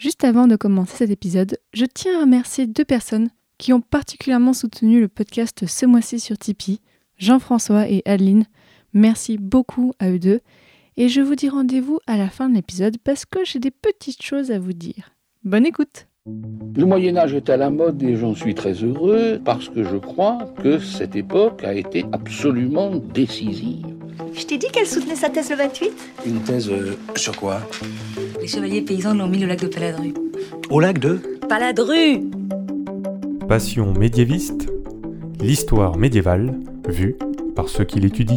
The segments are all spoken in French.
Juste avant de commencer cet épisode, je tiens à remercier 2 personnes qui ont particulièrement soutenu le podcast ce mois-ci sur Tipeee, Jean-François et Adeline. Merci beaucoup à eux deux. Et je vous dis rendez-vous à la fin de l'épisode parce que j'ai des petites choses à vous dire. Bonne écoute! Le Moyen-Âge est à la mode et j'en suis très heureux parce que je crois que cette époque a été absolument décisive. Je t'ai dit qu'elle soutenait sa thèse le 28 ? Une thèse sur quoi ? Les chevaliers paysans l'ont mis au lac de Paladru. Au lac de Paladru ! Passion médiéviste, l'histoire médiévale vue par ceux qui l'étudient.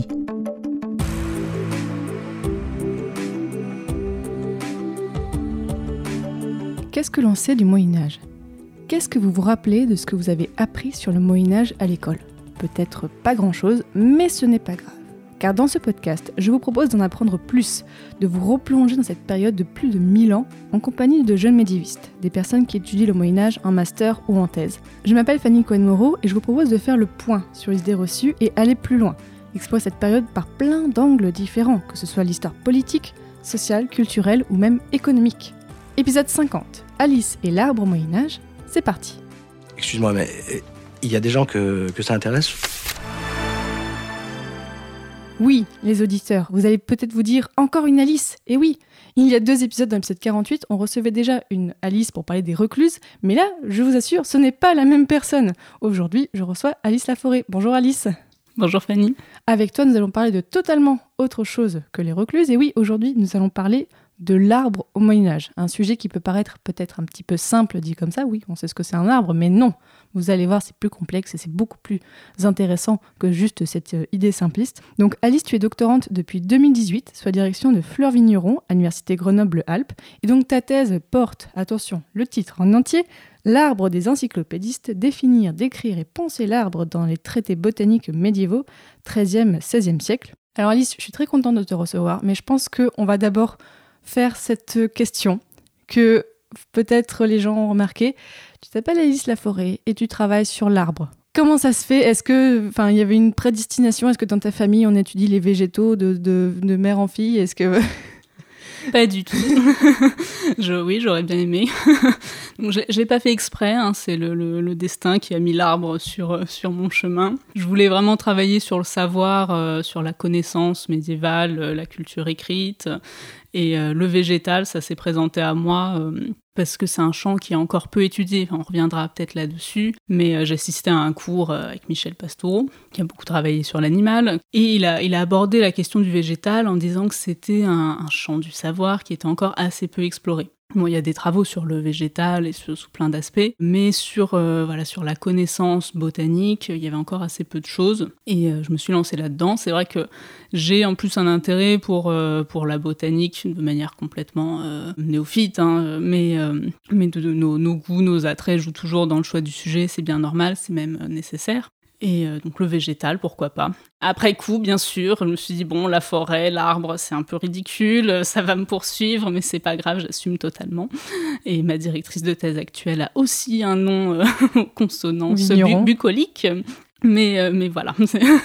Qu'est-ce que l'on sait du Moyen-Âge ? Qu'est-ce que vous vous rappelez de ce que vous avez appris sur le Moyen-Âge à l'école ? Peut-être pas grand-chose, mais ce n'est pas grave. Car dans ce podcast, je vous propose d'en apprendre plus, de vous replonger dans cette période de plus de 1000 ans en compagnie de jeunes médiévistes, des personnes qui étudient le Moyen-Âge en master ou en thèse. Je m'appelle Fanny Cohen-Moreau et je vous propose de faire le point sur les idées reçues et aller plus loin, explorer cette période par plein d'angles différents, que ce soit l'histoire politique, sociale, culturelle ou même économique. Épisode 50, Alice et l'arbre au Moyen-Âge, c'est parti. Excuse-moi, mais il y a des gens que ça intéresse ? Oui, les auditeurs, vous allez peut-être vous dire « Encore une Alice !» Et oui, il y a 2 épisodes dans l'épisode 48, on recevait déjà une Alice pour parler des recluses, mais là, je vous assure, ce n'est pas la même personne. Aujourd'hui, je reçois Alice Laforêt. Bonjour Alice. Bonjour Fanny. Avec toi, nous allons parler de totalement autre chose que les recluses. Et oui, aujourd'hui, nous allons parler de l'arbre au Moyen-Âge. Un sujet qui peut paraître peut-être un petit peu simple dit comme ça. Oui, on sait ce que c'est un arbre, mais non. Vous allez voir, c'est plus complexe et c'est beaucoup plus intéressant que juste cette idée simpliste. Donc Alice, tu es doctorante depuis 2018, sous la direction de Fleur Vigneron à l'Université Grenoble-Alpes. Et donc ta thèse porte, attention, le titre en entier, L'arbre des encyclopédistes, définir, décrire et poncer l'arbre dans les traités botaniques médiévaux, 13e, 16e siècle. Alors Alice, je suis très contente de te recevoir, mais je pense qu'on va d'abord faire cette question que peut-être les gens ont remarqué. Tu t'appelles Alice Laforêt et tu travailles sur l'arbre. Comment ça se fait ? Est-ce que, il y avait une prédestination ? Est-ce que dans ta famille, on étudie les végétaux de mère en fille ? Est-ce que... Pas du tout. Oui, j'aurais bien aimé. Donc, je l'ai pas fait exprès, c'est le destin qui a mis l'arbre sur mon chemin. Je voulais vraiment travailler sur le savoir, sur la connaissance médiévale, la culture écrite. Et le végétal, ça s'est présenté à moi parce que c'est un champ qui est encore peu étudié. On reviendra peut-être là-dessus. Mais j'assistais à un cours avec Michel Pastoureau, qui a beaucoup travaillé sur l'animal. Et il a abordé la question du végétal en disant que c'était un champ du savoir qui était encore assez peu exploré. Bon, il y a des travaux sur le végétal et sous plein d'aspects, mais sur la connaissance botanique, il y avait encore assez peu de choses. Et je me suis lancée là-dedans. C'est vrai que j'ai en plus un intérêt pour la botanique de manière complètement néophyte, mais nos goûts, nos attraits jouent toujours dans le choix du sujet, c'est bien normal, c'est même nécessaire. Et donc le végétal, pourquoi pas. Après coup, bien sûr, je me suis dit, la forêt, l'arbre, c'est un peu ridicule, ça va me poursuivre, mais c'est pas grave, j'assume totalement. Et ma directrice de thèse actuelle a aussi un nom consonance bucolique. Mais voilà,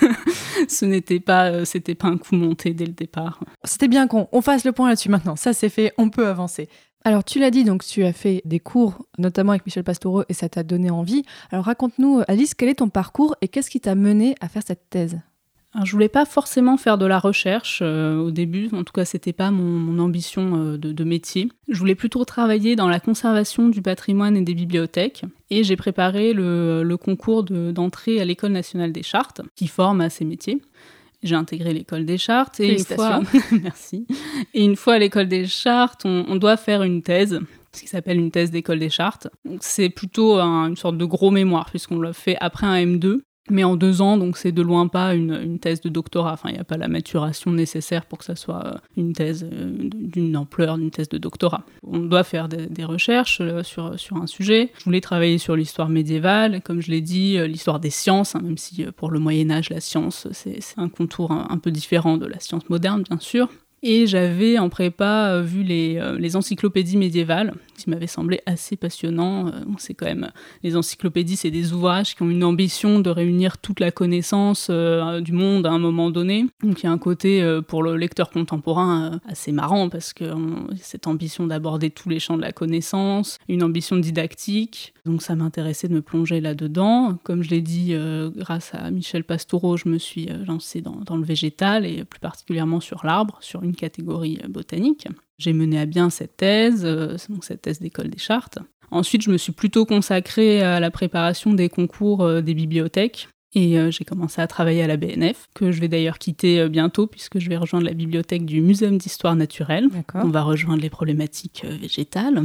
c'était pas un coup monté dès le départ. C'était bien qu'on fasse le point là-dessus maintenant, ça c'est fait, on peut avancer. Alors tu l'as dit, donc tu as fait des cours, notamment avec Michel Pastoureau, et ça t'a donné envie. Alors raconte-nous, Alice, quel est ton parcours et qu'est-ce qui t'a mené à faire cette thèse ? Alors, je voulais pas forcément faire de la recherche au début, en tout cas c'était pas mon ambition de métier. Je voulais plutôt travailler dans la conservation du patrimoine et des bibliothèques, et j'ai préparé le concours d'entrée à l'École nationale des chartes, qui forme à ces métiers. J'ai intégré l'école des chartes et merci. Et une fois à l'école des chartes, on doit faire une thèse, ce qui s'appelle une thèse d'école des chartes. Donc, c'est plutôt une sorte de gros mémoire puisqu'on le fait après un M2. Mais en 2 ans, donc c'est de loin pas une thèse de doctorat. Il n'y a pas la maturation nécessaire pour que ça soit une thèse d'une ampleur, d'une thèse de doctorat. On doit faire des recherches sur un sujet. Je voulais travailler sur l'histoire médiévale, comme je l'ai dit, l'histoire des sciences, même si pour le Moyen-Âge, la science, c'est un contour un peu différent de la science moderne, bien sûr. Et j'avais en prépa vu les encyclopédies médiévales, qui m'avaient semblé assez passionnants. C'est quand même, les encyclopédies, c'est des ouvrages qui ont une ambition de réunir toute la connaissance du monde à un moment donné. Donc il y a un côté pour le lecteur contemporain assez marrant, parce que cette ambition d'aborder tous les champs de la connaissance, une ambition didactique. Donc ça m'intéressait de me plonger là-dedans. Comme je l'ai dit, grâce à Michel Pastoureau, je me suis lancée dans le végétal, et plus particulièrement sur l'arbre, sur une catégorie botanique. J'ai mené à bien cette thèse, donc cette thèse d'école des chartes. Ensuite, je me suis plutôt consacrée à la préparation des concours des bibliothèques. Et j'ai commencé à travailler à la BNF, que je vais d'ailleurs quitter bientôt, puisque je vais rejoindre la bibliothèque du Muséum d'Histoire Naturelle. D'accord. On va rejoindre les problématiques végétales.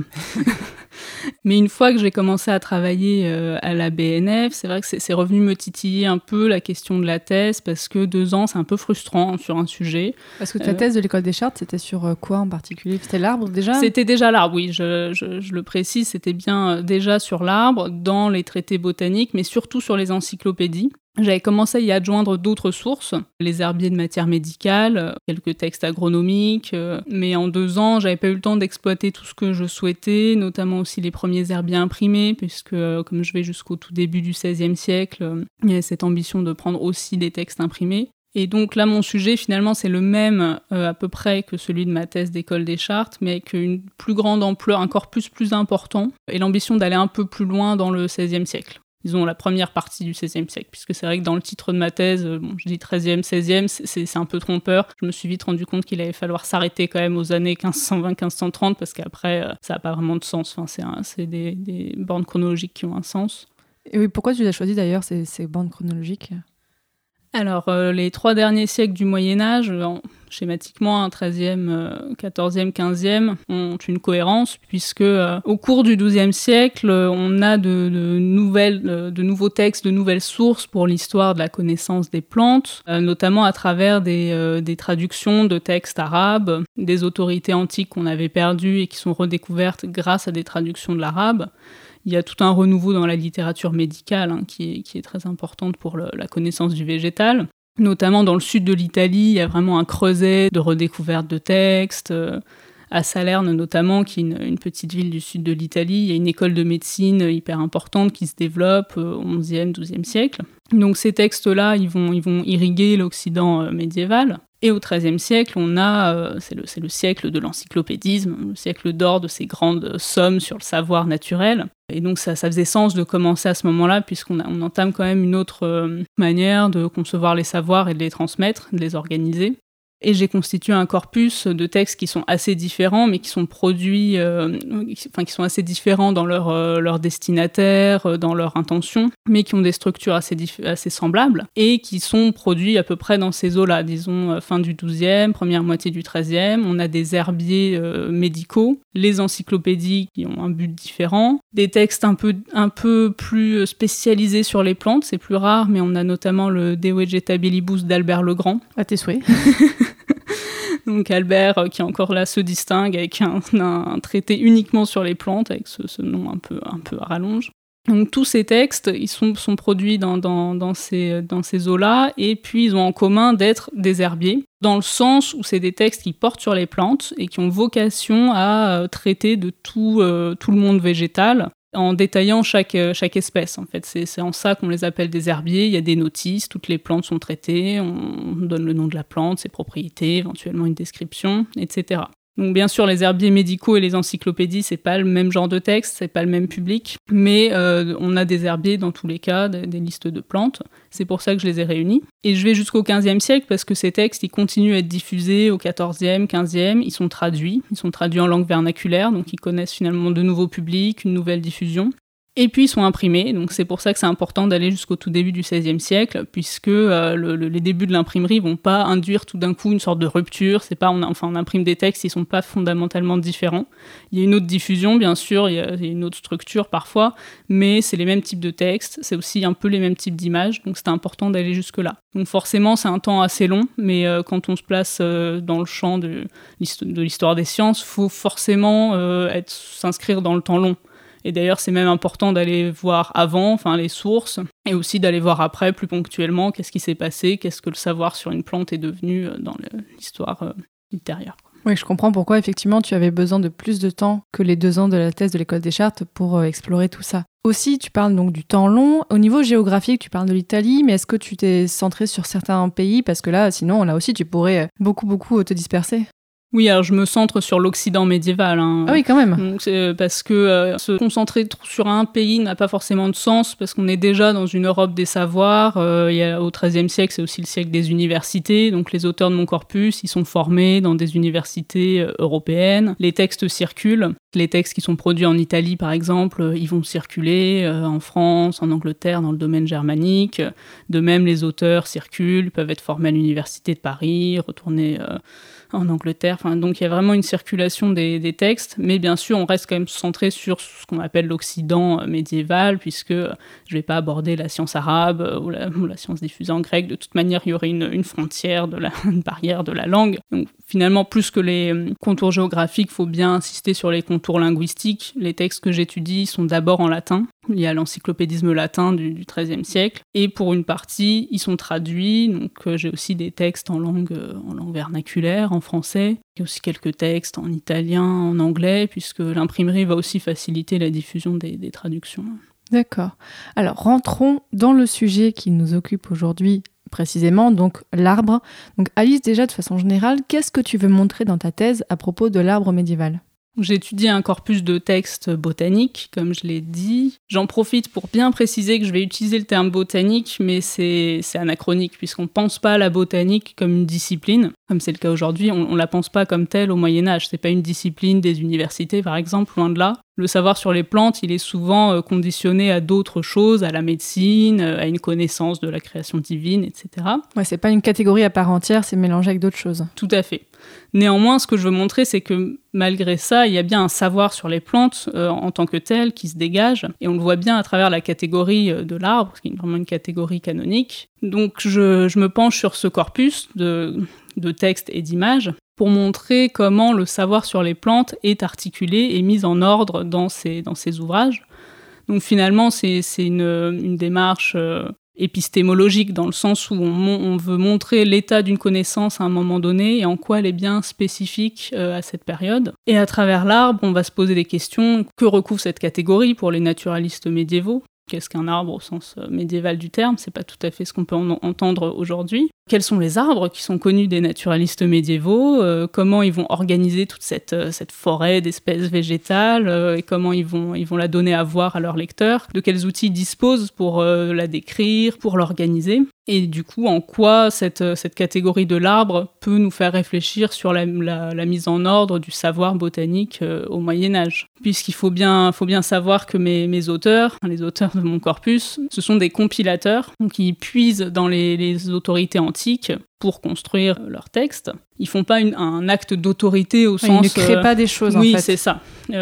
Mais une fois que j'ai commencé à travailler à la BNF, c'est vrai que c'est revenu me titiller un peu la question de la thèse, parce que 2 ans, c'est un peu frustrant sur un sujet. Parce que ta thèse de l'école des chartes, c'était sur quoi en particulier ? C'était l'arbre déjà ? C'était déjà l'arbre, oui, je le précise, c'était bien déjà sur l'arbre, dans les traités botaniques, mais surtout sur les encyclopédies. J'avais commencé à y adjoindre d'autres sources, les herbiers de matière médicale, quelques textes agronomiques, mais en 2 ans, j'avais pas eu le temps d'exploiter tout ce que je souhaitais, notamment aussi les premiers herbiers imprimés, puisque comme je vais jusqu'au tout début du XVIe siècle, il y avait cette ambition de prendre aussi des textes imprimés. Et donc là, mon sujet, finalement, c'est le même à peu près que celui de ma thèse d'école des chartes, mais avec une plus grande ampleur, un corpus plus important, et l'ambition d'aller un peu plus loin dans le XVIe siècle. Disons la première partie du XVIe siècle, puisque c'est vrai que dans le titre de ma thèse, je dis XIIIe, XVIe, c'est un peu trompeur. Je me suis vite rendu compte qu'il allait falloir s'arrêter quand même aux années 1520-1530, parce qu'après, ça n'a pas vraiment de sens. Enfin, c'est des bornes chronologiques qui ont un sens. Et oui, pourquoi tu as choisi d'ailleurs ces bornes chronologiques ? Alors, les 3 derniers siècles du Moyen-Âge, schématiquement, 13e, 14e, 15e, ont une cohérence, puisque au cours du XIIe siècle, on a de nouveaux textes, de nouvelles sources pour l'histoire de la connaissance des plantes, notamment à travers des traductions de textes arabes, des autorités antiques qu'on avait perdues et qui sont redécouvertes grâce à des traductions de l'arabe. Il y a tout un renouveau dans la littérature médicale qui est très importante pour la connaissance du végétal. Notamment dans le sud de l'Italie, il y a vraiment un creuset de redécouverte de textes. À Salerne notamment, qui est une petite ville du sud de l'Italie, il y a une école de médecine hyper importante qui se développe au XIe, XIIe siècle. Donc ces textes-là, ils vont irriguer l'Occident médiéval. Et au XIIIe siècle, on a, c'est le siècle de l'encyclopédisme, le siècle d'or de ces grandes sommes sur le savoir naturel. Et donc ça faisait sens de commencer à ce moment-là, puisqu'on entame quand même une autre manière de concevoir les savoirs et de les transmettre, de les organiser. Et j'ai constitué un corpus de textes qui sont assez différents, mais qui sont produits, qui sont assez différents dans leur destinataire, dans leur intention, mais qui ont des structures assez semblables, et qui sont produits à peu près dans ces eaux-là, disons fin du XIIe, première moitié du XIIIe. On a des herbiers médicaux, les encyclopédies qui ont un but différent, des textes un peu plus spécialisés sur les plantes, c'est plus rare, mais on a notamment le De Vegetabilibus d'Albert le Grand. À tes souhaits. Donc Albert, qui encore là se distingue avec un traité uniquement sur les plantes, avec ce nom un peu à rallonge. Donc tous ces textes, ils sont produits dans ces eaux-là, et puis ils ont en commun d'être des herbiers, dans le sens où c'est des textes qui portent sur les plantes et qui ont vocation à traiter de tout le monde végétal, en détaillant chaque espèce. En fait, c'est en ça qu'on les appelle des herbiers. Il y a des notices, toutes les plantes sont traitées, on donne le nom de la plante, ses propriétés, éventuellement une description, etc. Donc bien sûr, les herbiers médicaux et les encyclopédies, c'est pas le même genre de texte, c'est pas le même public, mais on a des herbiers dans tous les cas, des listes de plantes. C'est pour ça que je les ai réunis. Et je vais jusqu'au XVe siècle parce que ces textes, ils continuent à être diffusés au XIVe, XVe, ils sont traduits en langue vernaculaire, donc ils connaissent finalement de nouveaux publics, une nouvelle diffusion. Et puis ils sont imprimés, donc c'est pour ça que c'est important d'aller jusqu'au tout début du XVIe siècle, puisque les débuts de l'imprimerie vont pas induire tout d'un coup une sorte de rupture. C'est pas, on imprime des textes, ils sont pas fondamentalement différents. Il y a une autre diffusion, bien sûr, il y a une autre structure parfois, mais c'est les mêmes types de textes, c'est aussi un peu les mêmes types d'images, donc c'est important d'aller jusque-là. Donc forcément, c'est un temps assez long, mais quand on se place dans le champ de l'histoire des sciences, faut forcément s'inscrire dans le temps long. Et d'ailleurs, c'est même important d'aller voir avant, les sources, et aussi d'aller voir après, plus ponctuellement, qu'est-ce qui s'est passé, qu'est-ce que le savoir sur une plante est devenu dans l'histoire ultérieure. Oui, je comprends pourquoi effectivement tu avais besoin de plus de temps que les 2 ans de la thèse de l'école des Chartes pour explorer tout ça. Aussi, tu parles donc du temps long. Au niveau géographique, tu parles de l'Italie, mais est-ce que tu t'es centré sur certains pays? Parce que là, sinon, là aussi, tu pourrais beaucoup te disperser. Oui, alors je me centre sur l'Occident médiéval. Ah oui, quand même. Donc, parce que se concentrer sur un pays n'a pas forcément de sens, parce qu'on est déjà dans une Europe des savoirs. Au XIIIe siècle, c'est aussi le siècle des universités. Donc les auteurs de mon corpus, ils sont formés dans des universités européennes. Les textes circulent. Les textes qui sont produits en Italie, par exemple, ils vont circuler en France, en Angleterre, dans le domaine germanique. De même, les auteurs circulent, peuvent être formés à l'université de Paris, retourner en Angleterre. Enfin, donc il y a vraiment une circulation des textes, mais bien sûr, on reste quand même centré sur ce qu'on appelle l'Occident médiéval, puisque je ne vais pas aborder la science arabe ou la science diffusée en grec. De toute manière, il y aurait une frontière, une barrière de la langue. Donc finalement, plus que les contours géographiques, il faut bien insister sur les contours linguistiques. Les textes que j'étudie sont d'abord en latin. Il y a l'encyclopédisme latin du XIIIe siècle. Et pour une partie, ils sont traduits. Donc j'ai aussi des textes en langue vernaculaire, en français. Il y a aussi quelques textes en italien, en anglais, puisque l'imprimerie va aussi faciliter la diffusion des traductions. D'accord. Alors, rentrons dans le sujet qui nous occupe aujourd'hui précisément, donc l'arbre. Donc Alice, déjà de façon générale, qu'est-ce que tu veux montrer dans ta thèse à propos de l'arbre médiéval ? J'ai étudié un corpus de textes botaniques, comme je l'ai dit. J'en profite pour bien préciser que je vais utiliser le terme botanique, mais c'est anachronique, puisqu'on ne pense pas à la botanique comme une discipline, comme c'est le cas aujourd'hui. On ne la pense pas comme telle au Moyen-Âge. Ce n'est pas une discipline des universités, par exemple, loin de là. Le savoir sur les plantes, il est souvent conditionné à d'autres choses, à la médecine, à une connaissance de la création divine, etc. Ouais, c'est pas une catégorie à part entière, c'est mélangé avec d'autres choses. Tout à fait. Néanmoins, ce que je veux montrer, c'est que malgré ça, il y a bien un savoir sur les plantes en tant que tel qui se dégage, et on le voit bien à travers la catégorie de l'arbre, qui est vraiment une catégorie canonique. Donc je me penche sur ce corpus de textes et d'images pour montrer comment le savoir sur les plantes est articulé et mis en ordre dans ces ouvrages. Donc finalement, c'est une démarche épistémologique, dans le sens où on veut montrer l'état d'une connaissance à un moment donné et en quoi elle est bien spécifique à cette période. Et à travers l'arbre, on va se poser des questions. Que recouvre cette catégorie pour les naturalistes médiévaux ? Qu'est-ce qu'un arbre au sens médiéval du terme ? C'est pas tout à fait ce qu'on peut entendre aujourd'hui. Quels sont les arbres qui sont connus des naturalistes médiévaux ? Comment ils vont organiser toute cette forêt d'espèces végétales ? Et comment ils vont la donner à voir à leurs lecteurs ? De quels outils ils disposent pour la décrire, pour l'organiser ? Et du coup, en quoi cette catégorie de l'arbre peut nous faire réfléchir sur la mise en ordre du savoir botanique au Moyen-Âge ? Puisqu'il faut bien savoir que mes auteurs, les auteurs de mon corpus, ce sont des compilateurs, donc ils puisent dans les autorités antiques pour construire leurs textes. Ils font pas un acte d'autorité au sens... Ils ne créent pas des choses, en fait. Oui, c'est ça.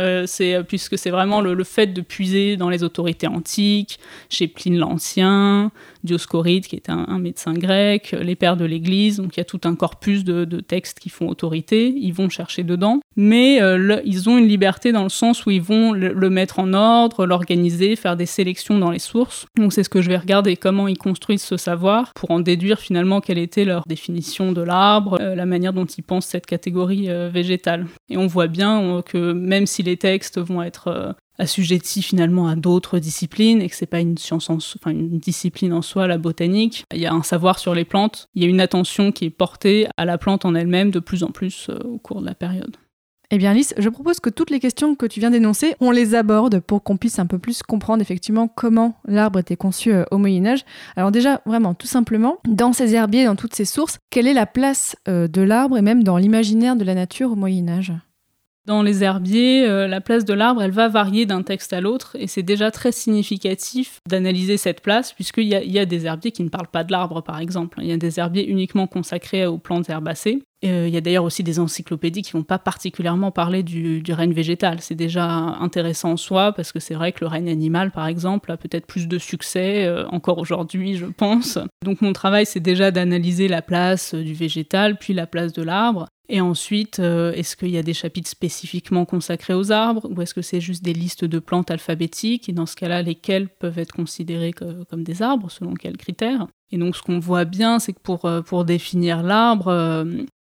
Puisque c'est vraiment le fait de puiser dans les autorités antiques, chez Pline l'Ancien, Dioscoride, qui est un médecin grec, les pères de l'Église. Donc il y a tout un corpus de textes qui font autorité. Ils vont chercher dedans. Mais ils ont une liberté dans le sens où ils vont le mettre en ordre, l'organiser, faire des sélections dans les sources. Donc c'est ce que je vais regarder, comment ils construisent ce savoir, pour en déduire finalement quelle était leur définition de l'arbre, la manière dont ils pensent cette catégorie végétale. Et on voit bien que même si les textes vont être assujettis finalement à d'autres disciplines et que c'est pas une discipline en soi, la botanique, il y a un savoir sur les plantes, il y a une attention qui est portée à la plante en elle-même de plus en plus au cours de la période. Eh bien Alice, je propose que toutes les questions que tu viens d'énoncer, on les aborde pour qu'on puisse un peu plus comprendre effectivement comment l'arbre était conçu au Moyen-Âge. Alors déjà, vraiment, tout simplement, dans ces herbiers, dans toutes ces sources, quelle est la place de l'arbre et même dans l'imaginaire de la nature au Moyen-Âge ? Dans les herbiers, la place de l'arbre, elle va varier d'un texte à l'autre, et c'est déjà très significatif d'analyser cette place, puisqu'il y a des herbiers qui ne parlent pas de l'arbre, par exemple. Il y a des herbiers uniquement consacrés aux plantes herbacées. Il y a d'ailleurs aussi des encyclopédies qui ne vont pas particulièrement parler du règne végétal. C'est déjà intéressant en soi, parce que c'est vrai que le règne animal, par exemple, a peut-être plus de succès, encore aujourd'hui, je pense. Donc mon travail, c'est déjà d'analyser la place du végétal, puis la place de l'arbre. Et ensuite, est-ce qu'il y a des chapitres spécifiquement consacrés aux arbres, ou est-ce que c'est juste des listes de plantes alphabétiques, et dans ce cas-là, lesquelles peuvent être considérées comme des arbres, selon quels critères ? Et donc ce qu'on voit bien, c'est que pour définir l'arbre,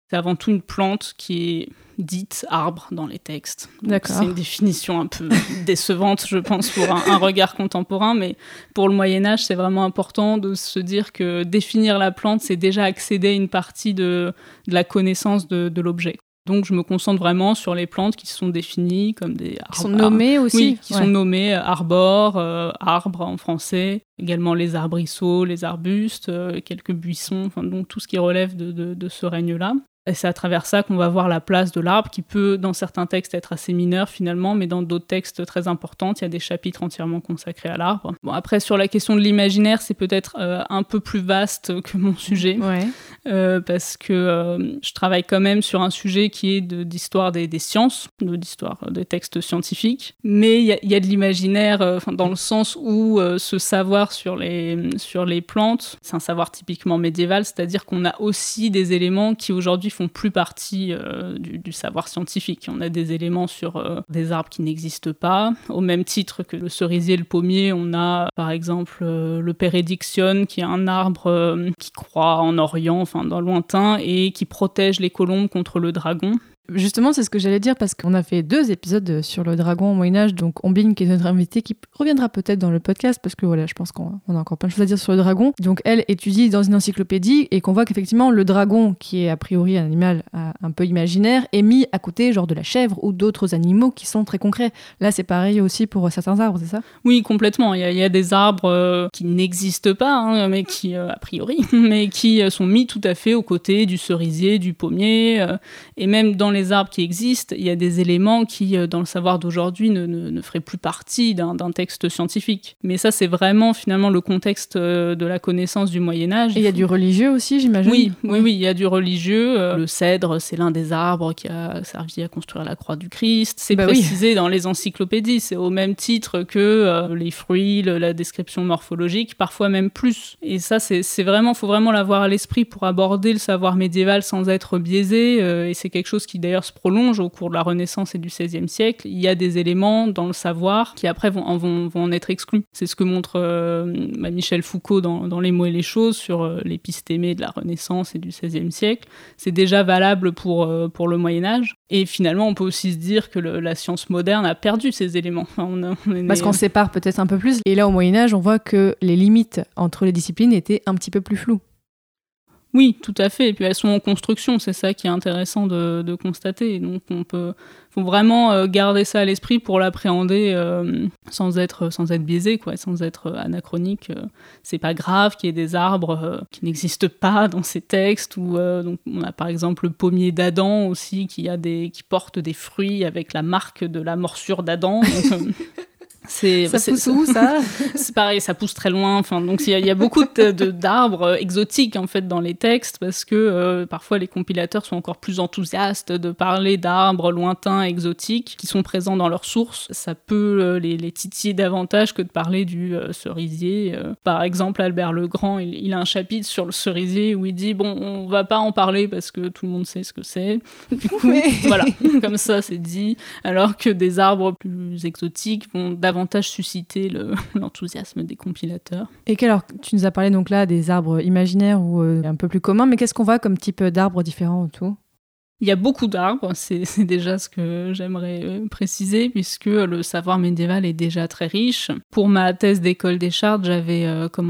C'est avant tout une plante qui est dite arbre dans les textes. Donc, D'accord. c'est une définition un peu décevante, je pense, pour un regard contemporain, mais pour le Moyen-Âge, c'est vraiment important de se dire que définir la plante, c'est déjà accéder à une partie de la connaissance de l'objet. Donc, je me concentre vraiment sur les plantes qui sont définies comme des arbres. Qui sont nommés aussi. Oui, qui sont nommés arbores, arbres en français, également les arbrisseaux, les arbustes, quelques buissons, enfin, donc tout ce qui relève de ce règne-là. Et c'est à travers ça qu'on va voir la place de l'arbre, qui peut, dans certains textes, être assez mineur finalement, mais dans d'autres textes très importants, il y a des chapitres entièrement consacrés à l'arbre. Bon, après, sur la question de l'imaginaire, c'est peut-être un peu plus vaste que mon sujet, parce que je travaille quand même sur un sujet qui est d'histoire des sciences, d'histoire des textes scientifiques, mais il y a de l'imaginaire dans le sens où ce savoir sur les plantes, c'est un savoir typiquement médiéval, c'est-à-dire qu'on a aussi des éléments qui aujourd'hui font plus partie du savoir scientifique. On a des éléments sur des arbres qui n'existent pas. Au même titre que le cerisier et le pommier, on a par exemple le Peredictione, qui est un arbre qui croît en Orient, enfin dans le lointain, et qui protège les colombes contre le dragon. Justement, c'est ce que j'allais dire parce qu'on a fait 2 épisodes sur le dragon au Moyen-Âge. Donc, Ombine, qui est notre invitée, qui reviendra peut-être dans le podcast parce que voilà, je pense qu'on a encore plein de choses à dire sur le dragon. Donc, elle étudie dans une encyclopédie et qu'on voit qu'effectivement, le dragon, qui est a priori un animal un peu imaginaire, est mis à côté, genre de la chèvre ou d'autres animaux qui sont très concrets. Là, c'est pareil aussi pour certains arbres, c'est ça ? Oui, complètement. Il y a des arbres qui n'existent pas, mais qui, a priori, mais qui sont mis tout à fait aux côtés du cerisier, du pommier, et même dans les arbres qui existent, il y a des éléments qui, dans le savoir d'aujourd'hui, ne feraient plus partie d'un texte scientifique. Mais ça, c'est vraiment finalement le contexte de la connaissance du Moyen-Âge. Et il y a du religieux aussi, j'imagine ? Oui, il y a du religieux. Le cèdre, c'est l'un des arbres qui a servi à construire la croix du Christ. C'est précisé dans les encyclopédies. C'est au même titre que les fruits, la description morphologique, parfois même plus. Et ça, c'est vraiment, faut vraiment l'avoir à l'esprit pour aborder le savoir médiéval sans être biaisé. Et c'est quelque chose qui d'ailleurs se prolonge au cours de la Renaissance et du XVIe siècle. Il y a des éléments dans le savoir qui après vont en être exclus. C'est ce que montre Michel Foucault dans Les mots et les choses sur l'épistémée de la Renaissance et du XVIe siècle. C'est déjà valable pour le Moyen-Âge. Et finalement, on peut aussi se dire que la science moderne a perdu ces éléments. Parce qu'on sépare peut-être un peu plus. Et là, au Moyen-Âge, on voit que les limites entre les disciplines étaient un petit peu plus floues. Oui, tout à fait. Et puis elles sont en construction, c'est ça qui est intéressant de constater. Donc faut vraiment garder ça à l'esprit pour l'appréhender sans être biaisé, quoi, sans être anachronique. C'est pas grave qu'il y ait des arbres qui n'existent pas dans ces textes. Donc on a par exemple le pommier d'Adam aussi qui porte des fruits avec la marque de la morsure d'Adam. Ça pousse où, ça ? C'est pareil, ça pousse très loin. Enfin, donc il y a beaucoup d'arbres exotiques en fait dans les textes parce que parfois les compilateurs sont encore plus enthousiastes de parler d'arbres lointains, exotiques qui sont présents dans leurs sources. Ça peut les titiller davantage que de parler du cerisier. Par exemple, Albert le Grand, il a un chapitre sur le cerisier où il dit bon, on va pas en parler parce que tout le monde sait ce que c'est. Du coup, voilà, comme ça c'est dit. Alors que des arbres plus exotiques vont davantage susciter l'enthousiasme des compilateurs. Et alors, tu nous as parlé donc là des arbres imaginaires ou un peu plus communs, mais qu'est-ce qu'on voit comme type d'arbres différents autour ? Il y a beaucoup d'arbres, c'est déjà ce que j'aimerais préciser, puisque le savoir médiéval est déjà très riche. Pour ma thèse d'école des Chartes, j'avais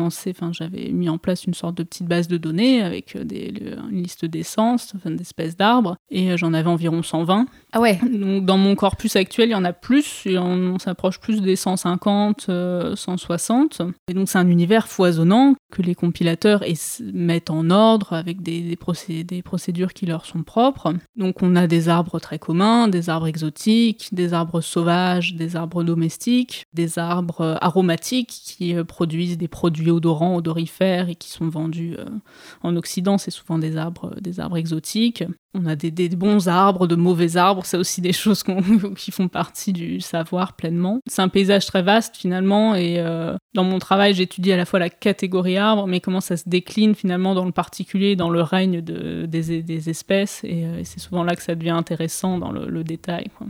mis en place une sorte de petite base de données avec une liste d'essences, d'espèces d'arbres, et j'en avais environ 120. Ah ouais. Donc dans mon corpus actuel, il y en a plus, et on s'approche plus des 150, 160. Et donc c'est un univers foisonnant que les compilateurs mettent en ordre avec des procédures qui leur sont propres. Donc on a des arbres très communs, des arbres exotiques, des arbres sauvages, des arbres domestiques, des arbres aromatiques qui produisent des produits odorants, odorifères et qui sont vendus en Occident. C'est souvent des arbres exotiques. On a des bons arbres, de mauvais arbres, c'est aussi des choses qui font partie du savoir pleinement. C'est un paysage très vaste finalement et dans mon travail j'étudie à la fois la catégorie arbre mais comment ça se décline finalement dans le particulier, dans le règne des espèces et c'est souvent là que ça devient intéressant dans le détail, quoi.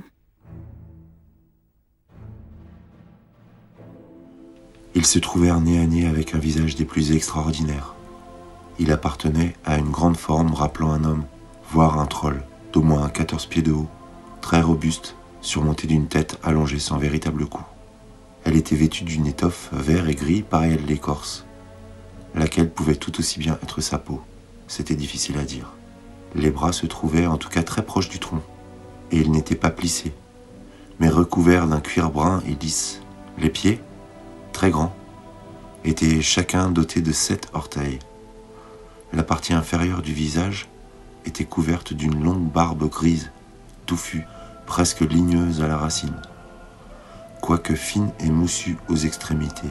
Ils se trouvèrent nez à nez avec un visage des plus extraordinaires. Il appartenait à une grande forme rappelant un homme, voire un troll d'au moins 14 pieds de haut, très robuste, surmonté d'une tête allongée sans véritable cou. Elle était vêtue d'une étoffe vert et gris pareille à de l'écorce, laquelle pouvait tout aussi bien être sa peau. C'était difficile à dire. Les bras se trouvaient en tout cas très proches du tronc, et ils n'étaient pas plissés, mais recouverts d'un cuir brun et lisse. Les pieds, très grands, étaient chacun dotés de 7 orteils. La partie inférieure du visage était couverte d'une longue barbe grise, touffue, presque ligneuse à la racine, quoique fine et moussue aux extrémités.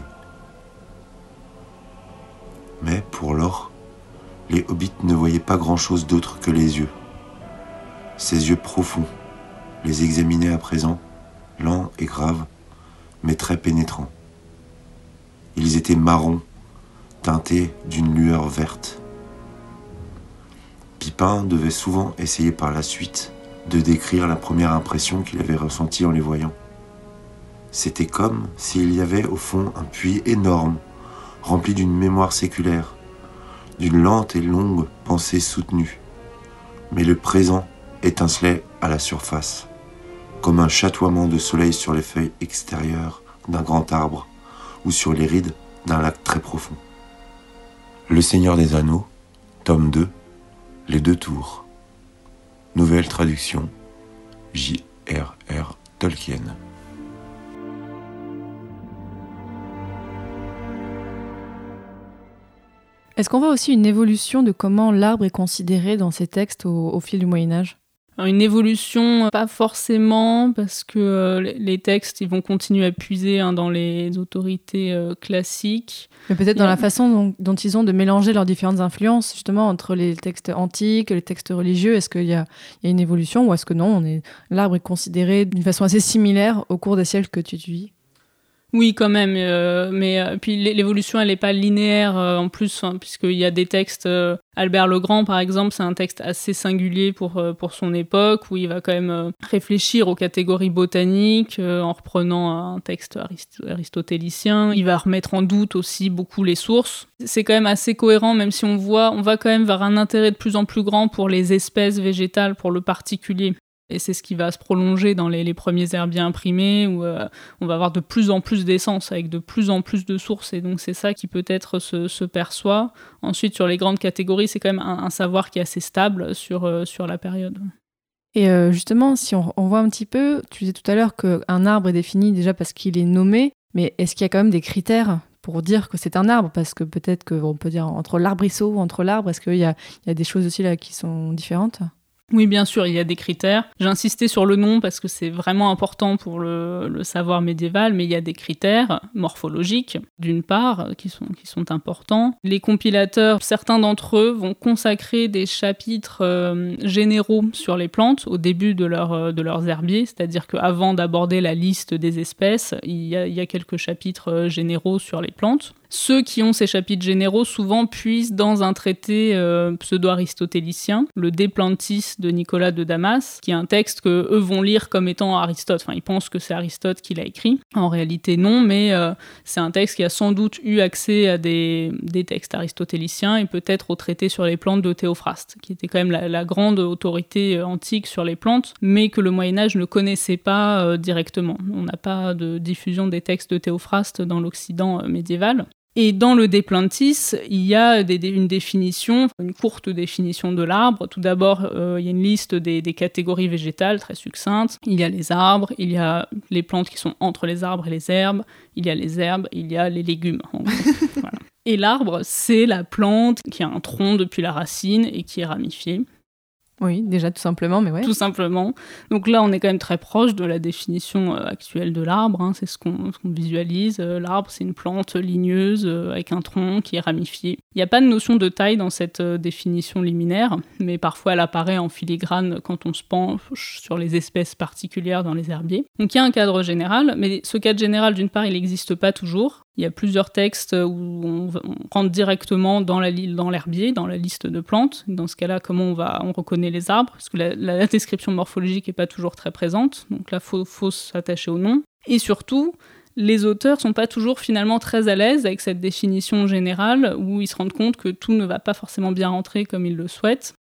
Mais pour lors, les hobbits ne voyaient pas grand-chose d'autre que les yeux. Ces yeux profonds les examinaient à présent, lents et graves, mais très pénétrants. Ils étaient marrons, teintés d'une lueur verte. Pipin devait souvent essayer par la suite de décrire la première impression qu'il avait ressentie en les voyant. C'était comme s'il y avait au fond un puits énorme, rempli d'une mémoire séculaire, d'une lente et longue pensée soutenue. Mais le présent étincelait à la surface, comme un chatoiement de soleil sur les feuilles extérieures d'un grand arbre ou sur les rides d'un lac très profond. Le Seigneur des Anneaux, tome 2, Les 2 tours. Nouvelle traduction, J.R.R. Tolkien. Est-ce qu'on voit aussi une évolution de comment l'arbre est considéré dans ces textes au fil du Moyen-Âge ? Alors, une évolution, pas forcément, parce que les textes, ils vont continuer à puiser dans les autorités classiques. Mais peut-être dans la façon dont ils ont de mélanger leurs différentes influences, justement, entre les textes antiques, les textes religieux. Est-ce qu'il y a une évolution ou est-ce que non, l'arbre est considéré d'une façon assez similaire au cours des siècles que tu vis ? Oui, quand même, mais puis l'évolution, elle n'est pas linéaire en plus, puisqu'il y a des textes, Albert le Grand, par exemple, c'est un texte assez singulier pour son époque, où il va quand même réfléchir aux catégories botaniques, en reprenant un texte aristotélicien. Il va remettre en doute aussi beaucoup les sources. C'est quand même assez cohérent, même si on va quand même vers un intérêt de plus en plus grand pour les espèces végétales, pour le particulier. Et c'est ce qui va se prolonger dans les premiers herbiers imprimés, où on va avoir de plus en plus d'essence, avec de plus en plus de sources. Et donc c'est ça qui peut-être se perçoit. Ensuite, sur les grandes catégories, c'est quand même un savoir qui est assez stable sur la période. Et justement, si on voit un petit peu, tu disais tout à l'heure qu'un arbre est défini déjà parce qu'il est nommé, mais est-ce qu'il y a quand même des critères pour dire que c'est un arbre ? Parce que peut-être qu'on peut dire entre l'arbrisseau ou entre l'arbre, est-ce qu'il y a des choses aussi là qui sont différentes ? Oui, bien sûr, il y a des critères. J'ai insisté sur le nom parce que c'est vraiment important pour le savoir médiéval, mais il y a des critères morphologiques, d'une part, qui sont importants. Les compilateurs, certains d'entre eux, vont consacrer des chapitres généraux sur les plantes au début de leurs herbiers, c'est-à-dire qu'avant d'aborder la liste des espèces, il y a quelques chapitres généraux sur les plantes. Ceux qui ont ces chapitres généraux souvent puisent dans un traité pseudo-aristotélicien, le De Plantis de Nicolas de Damas, qui est un texte que eux vont lire comme étant Aristote. Enfin, ils pensent que c'est Aristote qui l'a écrit. En réalité, non, mais c'est un texte qui a sans doute eu accès à des textes aristotéliciens et peut-être au traité sur les plantes de Théophraste, qui était quand même la grande autorité antique sur les plantes, mais que le Moyen-Âge ne connaissait pas directement. On n'a pas de diffusion des textes de Théophraste dans l'Occident médiéval. Et dans le De Plantis, il y a une définition, une courte définition de l'arbre. Tout d'abord, il y a une liste des catégories végétales très succincte. Il y a les arbres, il y a les plantes qui sont entre les arbres et les herbes, il y a les herbes, il y a les légumes. En gros. Voilà. Et l'arbre, c'est la plante qui a un tronc depuis la racine et qui est ramifiée. Oui, déjà tout simplement, mais ouais. Tout simplement. Donc là, on est quand même très proche de la définition actuelle de l'arbre. C'est ce qu'on visualise. L'arbre, c'est une plante ligneuse avec un tronc qui est ramifié. Il n'y a pas de notion de taille dans cette définition liminaire, mais parfois elle apparaît en filigrane quand on se penche sur les espèces particulières dans les herbiers. Donc il y a un cadre général, mais ce cadre général, d'une part, il n'existe pas toujours. Il y a plusieurs textes où on rentre directement dans l'herbier, dans la liste de plantes. Dans ce cas-là, comment on reconnaît les arbres ? Parce que la description morphologique n'est pas toujours très présente. Donc là, il faut s'attacher au nom. Et surtout, les auteurs ne sont pas toujours finalement très à l'aise avec cette définition générale où ils se rendent compte que tout ne va pas forcément bien rentrer comme ils le souhaitent.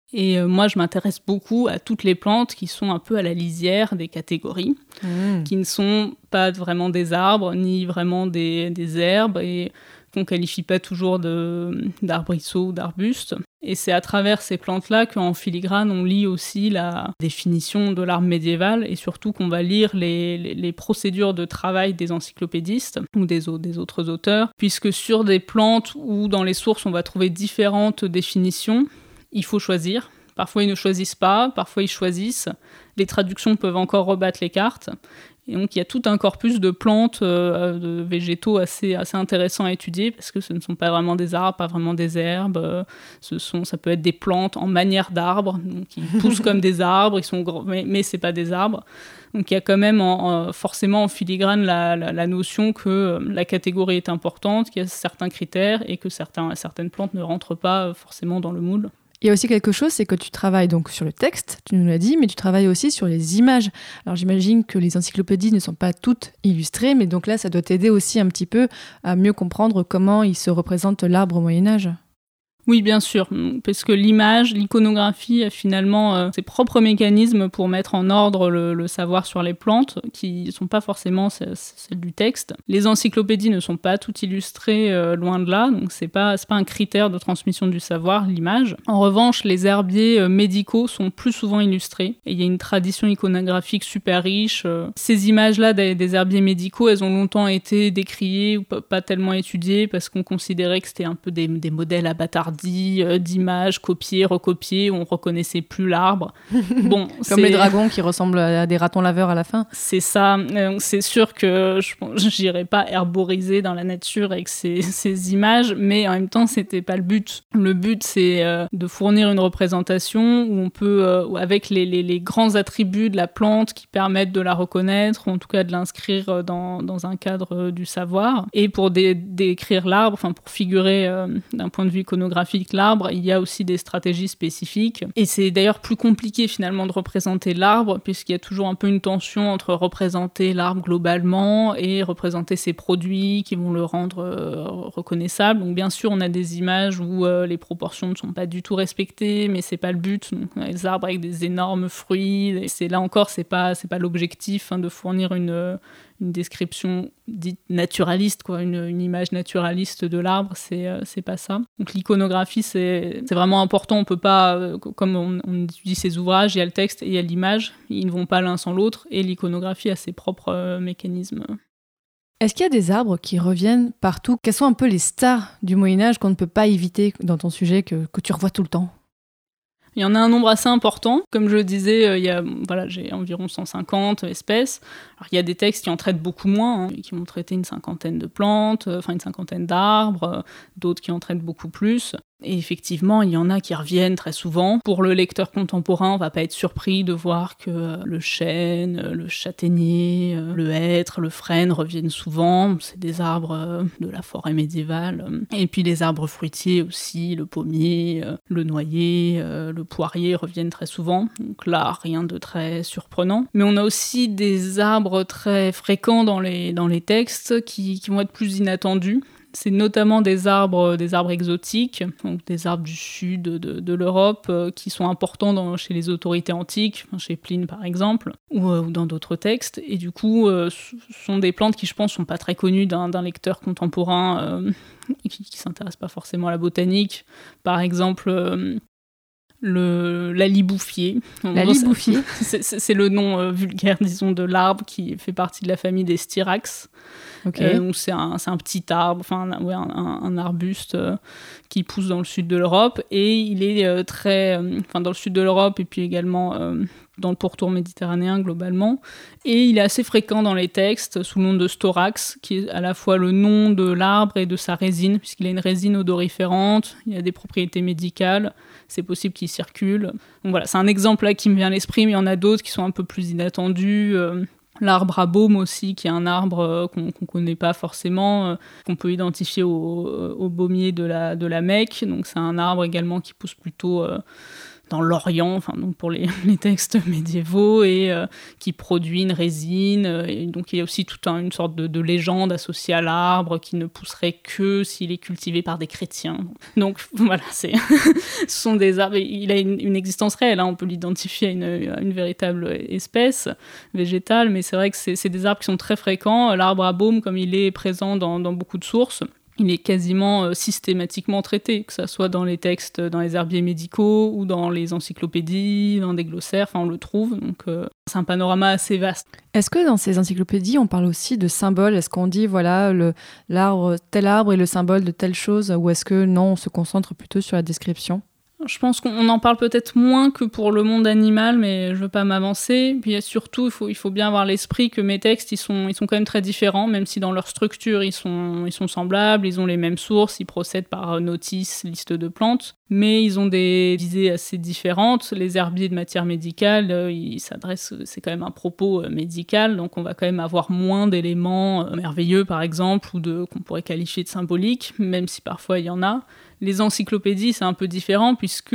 Et moi, je m'intéresse beaucoup à toutes les plantes qui sont un peu à la lisière des catégories, qui ne sont pas vraiment des arbres, ni vraiment des herbes, et qu'on ne qualifie pas toujours d'arbrisseaux ou d'arbustes. Et c'est à travers ces plantes-là qu'en filigrane, on lit aussi la définition de l'arbre médiéval, et surtout qu'on va lire les procédures de travail des encyclopédistes ou des autres auteurs, puisque sur des plantes ou dans les sources, on va trouver différentes définitions. Il faut choisir. Parfois, ils ne choisissent pas, parfois, ils choisissent. Les traductions peuvent encore rebattre les cartes. Et donc, il y a tout un corpus de plantes, de végétaux assez intéressant à étudier, parce que ce ne sont pas vraiment des arbres, pas vraiment des herbes. Ça peut être des plantes en manière d'arbres, donc ils poussent comme des arbres, ils sont gros, mais ce n'est pas des arbres. Donc, il y a quand même forcément en filigrane la notion que la catégorie est importante, qu'il y a certains critères et que certaines plantes ne rentrent pas forcément dans le moule. Il y a aussi quelque chose, c'est que tu travailles donc sur le texte, tu nous l'as dit, mais tu travailles aussi sur les images. Alors j'imagine que les encyclopédies ne sont pas toutes illustrées, mais donc là, ça doit t'aider aussi un petit peu à mieux comprendre comment il se représente l'arbre au Moyen-Âge. Oui, bien sûr, parce que l'image, l'iconographie a finalement ses propres mécanismes pour mettre en ordre le savoir sur les plantes, qui ne sont pas forcément celles du texte. Les encyclopédies ne sont pas toutes illustrées, loin de là, donc c'est pas un critère de transmission du savoir, l'image. En revanche, les herbiers médicaux sont plus souvent illustrés, et il y a une tradition iconographique super riche. Ces images-là des herbiers médicaux, elles ont longtemps été décriées ou pas tellement étudiées, parce qu'on considérait que c'était un peu des modèles abattardis, d'images copiées, recopiées, où on reconnaissait plus l'arbre. Bon, comme les dragons qui ressemblent à des ratons laveurs à la fin. C'est ça. C'est sûr que je n'irais pas herboriser dans la nature avec ces images, mais en même temps, c'était pas le but. Le but, c'est de fournir une représentation où on peut, avec les grands attributs de la plante qui permettent de la reconnaître, ou en tout cas de l'inscrire dans un cadre du savoir. Et pour décrire l'arbre, enfin pour figurer d'un point de vue iconographique l'arbre, il y a aussi des stratégies spécifiques. Et c'est d'ailleurs plus compliqué finalement de représenter l'arbre, puisqu'il y a toujours un peu une tension entre représenter l'arbre globalement et représenter ses produits qui vont le rendre reconnaissable. Donc bien sûr, on a des images où les proportions ne sont pas du tout respectées, mais c'est pas le but. Donc, on a des arbres avec des énormes fruits. Et là encore, c'est pas l'objectif de fournir une description dite naturaliste, quoi, une image naturaliste de l'arbre, c'est pas ça. Donc l'iconographie, c'est vraiment important. On peut pas, comme on étudie ces ouvrages, il y a le texte et il y a l'image, ils ne vont pas l'un sans l'autre, et l'iconographie a ses propres mécanismes. Est-ce qu'il y a des arbres qui reviennent partout? Quels sont un peu les stars du Moyen-Âge qu'on ne peut pas éviter dans ton sujet, que tu revois tout le temps? Il y en a un nombre assez important. Comme je le disais, j'ai environ 150 espèces. Alors, il y a des textes qui en traitent beaucoup moins, qui vont traiter une cinquantaine de plantes, une cinquantaine d'arbres, d'autres qui en traitent beaucoup plus. Et effectivement, il y en a qui reviennent très souvent. Pour le lecteur contemporain, on ne va pas être surpris de voir que le chêne, le châtaignier, le hêtre, le frêne reviennent souvent. C'est des arbres de la forêt médiévale. Et puis les arbres fruitiers aussi, le pommier, le noyer, le poirier reviennent très souvent. Donc là, rien de très surprenant. Mais on a aussi des arbres très fréquents dans les textes qui vont être plus inattendus. C'est notamment des arbres exotiques, donc des arbres du sud de l'Europe, qui sont importants chez les autorités antiques, chez Pline par exemple, ou dans d'autres textes. Et du coup, ce sont des plantes qui, je pense, ne sont pas très connues d'un lecteur contemporain qui ne s'intéresse pas forcément à la botanique. Par exemple, l'alibouffier. L'alibouffier. C'est le nom vulgaire, disons, de l'arbre qui fait partie de la famille des styrax. Okay. Donc c'est un petit arbre, un arbuste qui pousse dans le sud de l'Europe, et il est dans le sud de l'Europe et puis également dans le pourtour méditerranéen globalement, et il est assez fréquent dans les textes sous le nom de storax, qui est à la fois le nom de l'arbre et de sa résine, puisqu'il a une résine odoriférante, il a des propriétés médicales, c'est possible qu'il circule. Donc voilà, c'est un exemple là qui me vient à l'esprit, mais il y en a d'autres qui sont un peu plus inattendus. L'arbre à baume aussi, qui est un arbre qu'on ne connaît pas forcément, qu'on peut identifier au baumier de la Mecque. Donc c'est un arbre également qui pousse plutôt dans l'Orient, donc pour les textes médiévaux, et qui produit une résine. Et donc il y a aussi toute une sorte de légende associée à l'arbre qui ne pousserait que s'il est cultivé par des chrétiens. Donc voilà, ce sont des arbres. Il a une existence réelle, on peut l'identifier à une véritable espèce végétale, mais c'est vrai que c'est des arbres qui sont très fréquents. L'arbre à baume, comme il est présent dans beaucoup de sources, il est quasiment systématiquement traité, que ce soit dans les textes, dans les herbiers médicaux ou dans les encyclopédies, dans des glossaires, on le trouve. Donc c'est un panorama assez vaste. Est-ce que dans ces encyclopédies, on parle aussi de symboles ? Est-ce qu'on dit, voilà, tel arbre est le symbole de telle chose, ou est-ce que non, on se concentre plutôt sur la description ? Je pense qu'on en parle peut-être moins que pour le monde animal, mais je veux pas m'avancer. Puis surtout, il faut bien avoir l'esprit que mes textes, ils sont quand même très différents, même si dans leur structure, ils sont semblables, ils ont les mêmes sources, ils procèdent par notice, liste de plantes, mais ils ont des visées assez différentes. Les herbiers de matière médicale, c'est quand même un propos médical, donc on va quand même avoir moins d'éléments merveilleux, par exemple, ou qu'on pourrait qualifier de symboliques, même si parfois il y en a. Les encyclopédies, c'est un peu différent puisque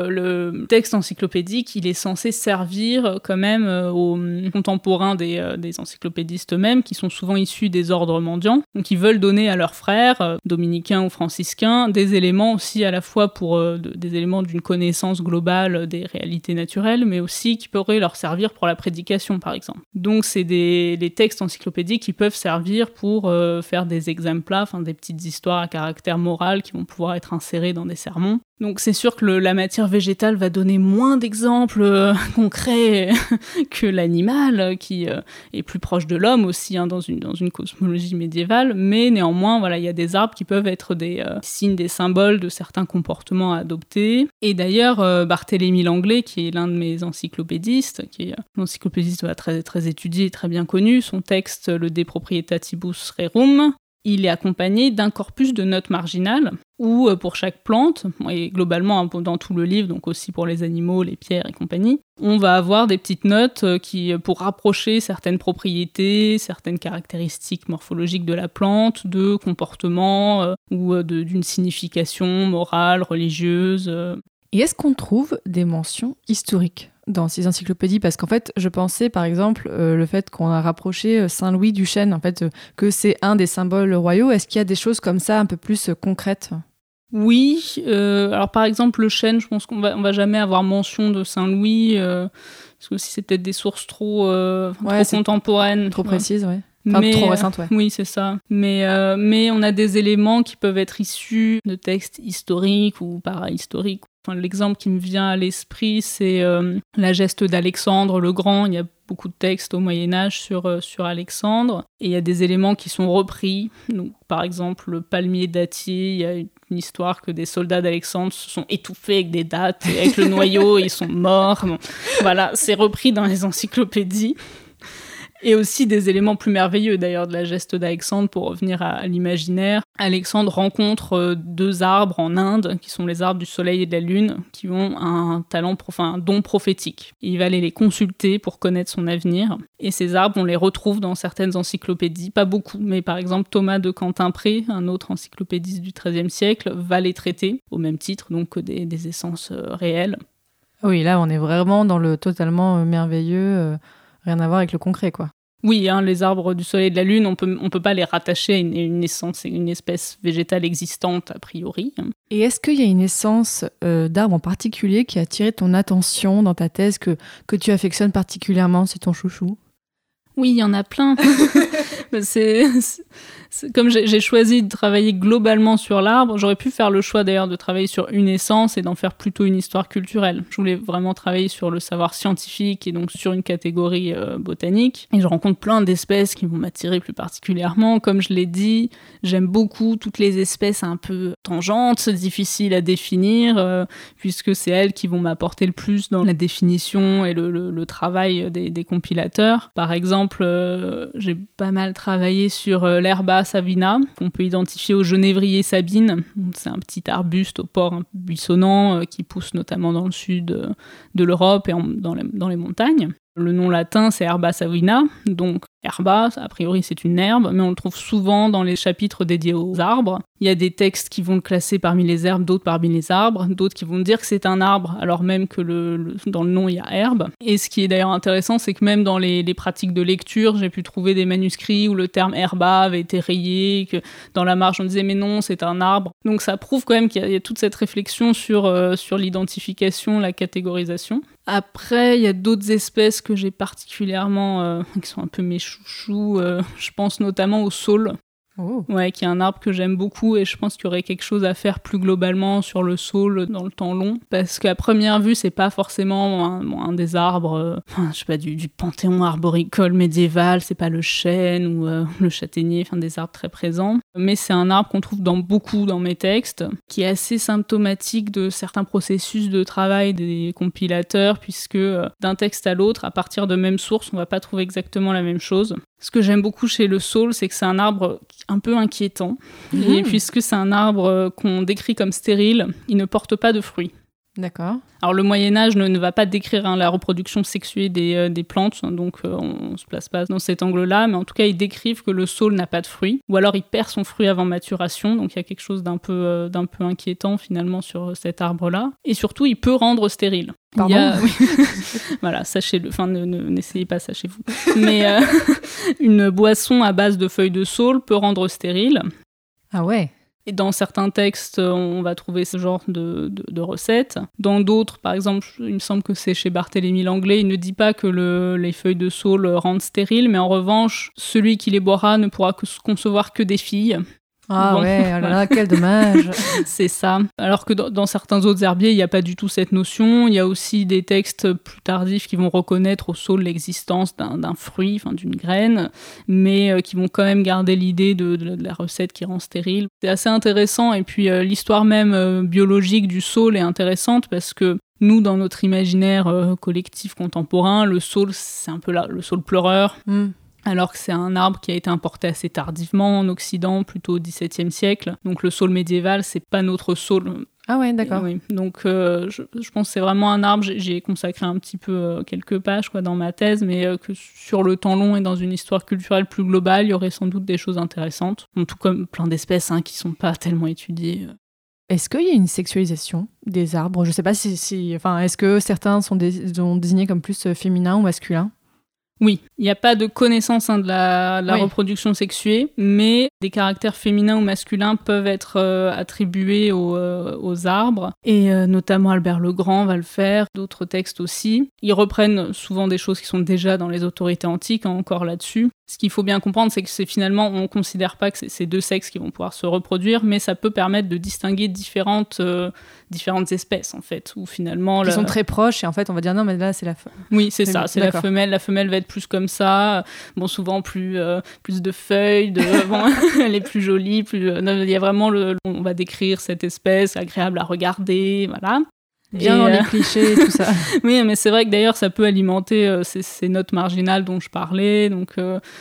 le texte encyclopédique, il est censé servir quand même aux contemporains des encyclopédistes eux-mêmes, qui sont souvent issus des ordres mendiants. Donc ils veulent donner à leurs frères, dominicains ou franciscains, des éléments aussi à la fois des éléments d'une connaissance globale des réalités naturelles, mais aussi qui pourraient leur servir pour la prédication, par exemple. Donc c'est des textes encyclopédiques qui peuvent servir pour faire des exemples, des petites histoires à caractère moral qui vont pouvoir être insérés dans des sermons. Donc c'est sûr que la matière végétale va donner moins d'exemples concrets que l'animal, qui est plus proche de l'homme aussi, dans une cosmologie médiévale, mais néanmoins, il y a des arbres qui peuvent être des signes, des symboles de certains comportements à adopter. Et d'ailleurs, Barthélemy Langlais, qui est l'un de mes encyclopédistes, qui est un encyclopédiste très, très étudié et très bien connu, son texte « Le De Proprietatibus Rerum », il est accompagné d'un corpus de notes marginales, où pour chaque plante, et globalement dans tout le livre, donc aussi pour les animaux, les pierres et compagnie, on va avoir des petites notes pour rapprocher certaines propriétés, certaines caractéristiques morphologiques de la plante, de comportements ou d'une signification morale, religieuse. Et est-ce qu'on trouve des mentions historiques dans ces encyclopédies? Parce qu'en fait, je pensais par exemple le fait qu'on a rapproché Saint-Louis du chêne, en fait, que c'est un des symboles royaux. Est-ce qu'il y a des choses comme ça un peu plus concrètes? Oui, alors par exemple le chêne, je pense qu'on va jamais avoir mention de Saint-Louis, parce que aussi c'est peut-être des sources trop contemporaines. Trop précises, ouais. Trop récentes, ouais. Oui, c'est ça. Mais on a des éléments qui peuvent être issus de textes historiques ou parahistoriques. L'exemple qui me vient à l'esprit, c'est la geste d'Alexandre le Grand. Il y a beaucoup de textes au Moyen-Âge sur Alexandre. Et il y a des éléments qui sont repris. Donc, par exemple, le palmier dattier, il y a une histoire que des soldats d'Alexandre se sont étouffés avec des dattes et avec le noyau, ils sont morts. Bon, voilà, c'est repris dans les encyclopédies. Et aussi des éléments plus merveilleux d'ailleurs de la geste d'Alexandre, pour revenir à l'imaginaire. Alexandre rencontre deux arbres en Inde, qui sont les arbres du soleil et de la lune, qui ont un don prophétique. Et il va aller les consulter pour connaître son avenir. Et ces arbres, on les retrouve dans certaines encyclopédies, pas beaucoup, mais par exemple Thomas de Cantimpré, un autre encyclopédiste du XIIIe siècle, va les traiter au même titre, donc que des essences réelles. Oui, là on est vraiment dans le totalement merveilleux... Rien à voir avec le concret, quoi. Oui, les arbres du soleil et de la lune, on peut pas les rattacher à une essence, une espèce végétale existante, a priori. Et est-ce qu'il y a une essence d'arbre en particulier qui a attiré ton attention dans ta thèse, que tu affectionnes particulièrement, c'est ton chouchou? Oui, il y en a plein. Comme j'ai choisi de travailler globalement sur l'arbre, j'aurais pu faire le choix d'ailleurs de travailler sur une essence et d'en faire plutôt une histoire culturelle. Je voulais vraiment travailler sur le savoir scientifique et donc sur une catégorie botanique. Et je rencontre plein d'espèces qui vont m'attirer plus particulièrement. Comme je l'ai dit, j'aime beaucoup toutes les espèces un peu tangentes, difficiles à définir, puisque c'est elles qui vont m'apporter le plus dans la définition et le travail des compilateurs. Par exemple, j'ai pas mal travaillé sur l'herba savina, qu'on peut identifier au genévrier sabine. C'est un petit arbuste au port un peu buissonnant qui pousse notamment dans le sud de l'Europe et dans les montagnes. Le nom latin, c'est Herba savina, donc herba, a priori c'est une herbe, mais on le trouve souvent dans les chapitres dédiés aux arbres. Il y a des textes qui vont le classer parmi les herbes, d'autres parmi les arbres, d'autres qui vont dire que c'est un arbre, alors même que dans le nom il y a herbe. Et ce qui est d'ailleurs intéressant, c'est que même dans les pratiques de lecture, j'ai pu trouver des manuscrits où le terme herba avait été rayé, que dans la marge on disait mais non, c'est un arbre. Donc ça prouve quand même qu'il y a toute cette réflexion sur l'identification, la catégorisation. Après, il y a d'autres espèces que j'ai particulièrement, qui sont un peu mes chouchous. Je pense notamment au saule. Oh. Ouais, qui est un arbre que j'aime beaucoup et je pense qu'il y aurait quelque chose à faire plus globalement sur le saule dans le temps long. Parce qu'à première vue, c'est pas forcément un des arbres, je sais pas, du panthéon arboricole médiéval, c'est pas le chêne ou le châtaignier, des arbres très présents. Mais c'est un arbre qu'on trouve dans mes textes, qui est assez symptomatique de certains processus de travail des compilateurs, puisque d'un texte à l'autre, à partir de même source, on va pas trouver exactement la même chose. Ce que j'aime beaucoup chez le saule, c'est que c'est un arbre un peu inquiétant. Et puisque c'est un arbre qu'on décrit comme stérile, il ne porte pas de fruits. D'accord. Alors le Moyen-Âge ne va pas décrire la reproduction sexuée des plantes, donc on ne se place pas dans cet angle-là, mais en tout cas ils décrivent que le saule n'a pas de fruits, ou alors il perd son fruit avant maturation, donc il y a quelque chose d'un peu inquiétant finalement sur cet arbre-là. Et surtout, il peut rendre stérile. Pardon. Voilà, sachez-le, n'essayez pas ça chez vous. Mais une boisson à base de feuilles de saule peut rendre stérile. Ah ouais. Et dans certains textes, on va trouver ce genre de recettes. Dans d'autres, par exemple, il me semble que c'est chez Barthélemy Langlais, il ne dit pas que les feuilles de saule rendent stériles, mais en revanche, celui qui les boira ne pourra concevoir que des filles. Ah bon, ouais, oh là là, quel dommage. C'est ça. Alors que dans certains autres herbiers, il n'y a pas du tout cette notion. Il y a aussi des textes plus tardifs qui vont reconnaître au saule l'existence d'un fruit, d'une graine, mais qui vont quand même garder l'idée de la recette qui rend stérile. C'est assez intéressant. Et puis l'histoire même biologique du saule est intéressante parce que nous, dans notre imaginaire collectif contemporain, le saule, c'est un peu le saule pleureur. Alors que c'est un arbre qui a été importé assez tardivement en Occident, plutôt au XVIIe siècle. Donc le saule médiéval, c'est pas notre saule. Ah ouais, d'accord. Oui. Donc je pense que c'est vraiment un arbre, j'ai consacré un petit peu quelques pages dans ma thèse, mais que sur le temps long et dans une histoire culturelle plus globale, il y aurait sans doute des choses intéressantes. Tout comme plein d'espèces qui sont pas tellement étudiées. Est-ce qu'il y a une sexualisation des arbres ? Je sais pas est-ce que certains sont désignés comme plus féminins ou masculins ? Oui, il n'y a pas de connaissance de la reproduction sexuée, mais des caractères féminins ou masculins peuvent être attribués aux arbres, et notamment Albert le Grand va le faire, d'autres textes aussi. Ils reprennent souvent des choses qui sont déjà dans les autorités antiques, encore là-dessus. Ce qu'il faut bien comprendre, c'est que finalement, on ne considère pas que c'est deux sexes qui vont pouvoir se reproduire, mais ça peut permettre de distinguer différentes espèces, en fait, où finalement... Qui sont très proches, et en fait, on va dire non, mais là, c'est la femelle. Oui, c'est ça, c'est la femelle. La femelle va être plus comme ça, souvent plus de feuilles, elle est plus jolie, il y a vraiment on va décrire cette espèce agréable à regarder, voilà. Bien dans les clichés et tout ça. Oui, mais c'est vrai que d'ailleurs, ça peut alimenter ces notes marginales dont je parlais, donc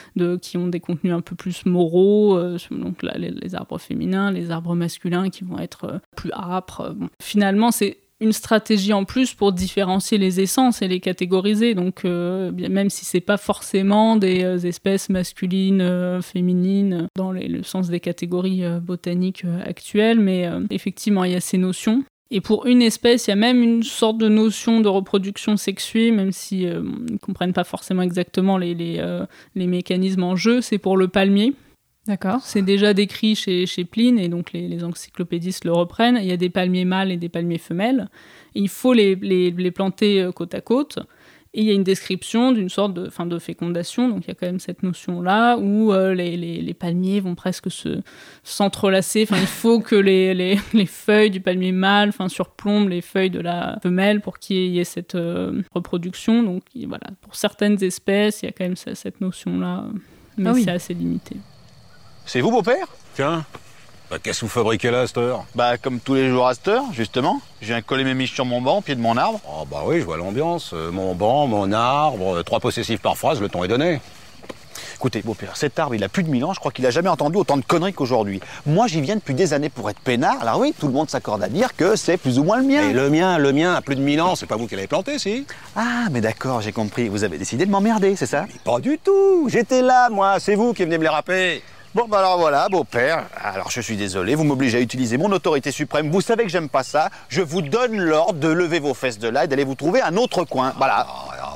qui ont des contenus un peu plus moraux, donc là, les arbres féminins, les arbres masculins qui vont être plus âpres. Finalement, c'est une stratégie en plus pour différencier les essences et les catégoriser. Donc, même si c'est pas forcément des espèces masculines, féminines, dans le sens des catégories botaniques actuelles, mais effectivement, il y a ces notions. Et pour une espèce, il y a même une sorte de notion de reproduction sexuée, même si ils ne comprennent pas forcément exactement les mécanismes en jeu. C'est pour le palmier. D'accord. C'est déjà décrit chez Pline, et donc les encyclopédistes le reprennent. Il y a des palmiers mâles et des palmiers femelles. Et il faut les planter côte à côte. Et il y a une description d'une sorte de fécondation, donc il y a quand même cette notion-là, où les palmiers vont presque s'entrelacer. Il faut que les feuilles du palmier mâle surplombent les feuilles de la femelle pour qu'il y ait cette reproduction. Donc voilà, pour certaines espèces, il y a quand même cette notion-là, mais c'est assez limité. C'est vous, beau-père ? Tiens, qu'est-ce que vous fabriquez là à cette heure ? Comme tous les jours à cette heure, justement. Je viens coller mes miches sur mon banc, au pied de mon arbre. Oh oui, je vois l'ambiance. Mon banc, mon arbre, 3 possessifs par phrase, le ton est donné. Écoutez, beau-père, cet arbre, il a plus de 1000 ans, je crois qu'il a jamais entendu autant de conneries qu'aujourd'hui. Moi, j'y viens depuis des années pour être peinard, alors oui, tout le monde s'accorde à dire que c'est plus ou moins le mien. Et le mien a plus de 1000 ans, c'est pas vous qui l'avez planté, si? Ah, mais d'accord, j'ai compris, vous avez décidé de m'emmerder, c'est ça? Mais pas du tout, j'étais là, moi, c'est vous qui venez me les râper. Bon, bah alors voilà, beau-père, alors je suis désolé, vous m'obligez à utiliser mon autorité suprême, vous savez que j'aime pas ça, je vous donne l'ordre de lever vos fesses de là et d'aller vous trouver un autre coin, voilà.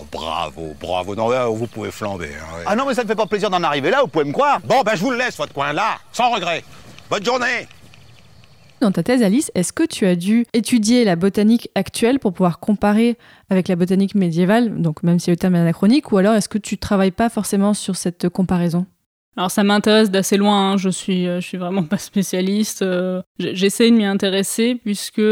Bravo, non, là, vous pouvez flamber. Hein, ouais. Ah non, mais ça ne fait pas plaisir d'en arriver là, vous pouvez me croire. Bon, ben je vous le laisse, votre coin, là, sans regret. Bonne journée. Dans ta thèse, Alice, est-ce que tu as dû étudier la botanique actuelle pour pouvoir comparer avec la botanique médiévale, donc même si le terme est anachronique, ou alors est-ce que tu travailles pas forcément sur cette comparaison ? Alors ça m'intéresse d'assez loin, hein. Je suis vraiment pas spécialiste. J'essaie de m'y intéresser puisque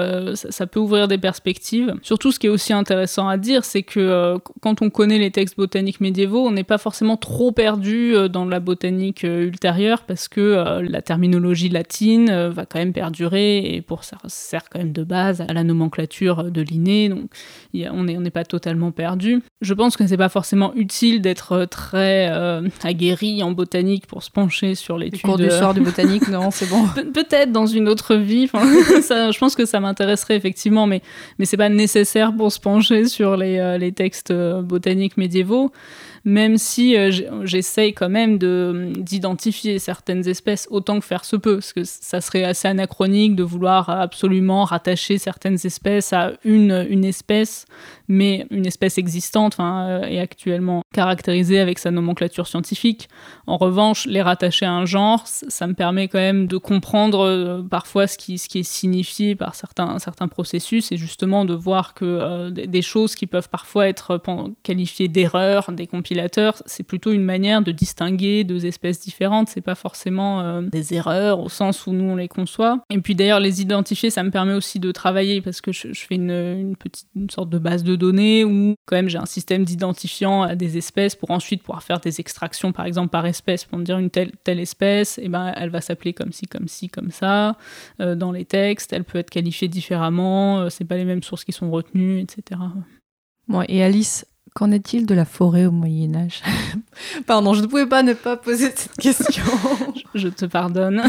ça peut ouvrir des perspectives. Surtout, ce qui est aussi intéressant à dire, c'est que quand on connaît les textes botaniques médiévaux, on n'est pas forcément trop perdu dans la botanique ultérieure parce que la terminologie latine va quand même perdurer et ça sert quand même de base à la nomenclature de Linné. Donc on n'est pas totalement perdu. Je pense que c'est pas forcément utile d'être très aguerri en botanique pour se pencher sur l'étude. Les cours du soir de botanique, non, c'est bon. Peut-être dans une autre vie. Je pense que ça m'intéresserait effectivement, mais c'est pas nécessaire pour se pencher sur les textes botaniques médiévaux. Même si j'essaye quand même d'identifier certaines espèces autant que faire se peut, parce que ça serait assez anachronique de vouloir absolument rattacher certaines espèces à une espèce, mais une espèce existante et actuellement caractérisée avec sa nomenclature scientifique. En revanche, les rattacher à un genre, ça me permet quand même de comprendre parfois ce qui est signifié par certains processus, et justement de voir que des choses qui peuvent parfois être qualifiées d'erreurs, des compilations, c'est plutôt une manière de distinguer deux espèces différentes, c'est pas forcément des erreurs au sens où nous on les conçoit. Et puis d'ailleurs les identifier, ça me permet aussi de travailler parce que je fais une sorte de base de données où quand même j'ai un système d'identifiant à des espèces pour ensuite pouvoir faire des extractions par exemple par espèce pour me dire une telle espèce, et ben elle va s'appeler comme ci, comme ça dans les textes, elle peut être qualifiée différemment, c'est pas les mêmes sources qui sont retenues, etc. Bon, et Alice, qu'en est-il de la forêt au Moyen-Âge ? Pardon, je ne pouvais pas ne pas poser cette question. Je te pardonne.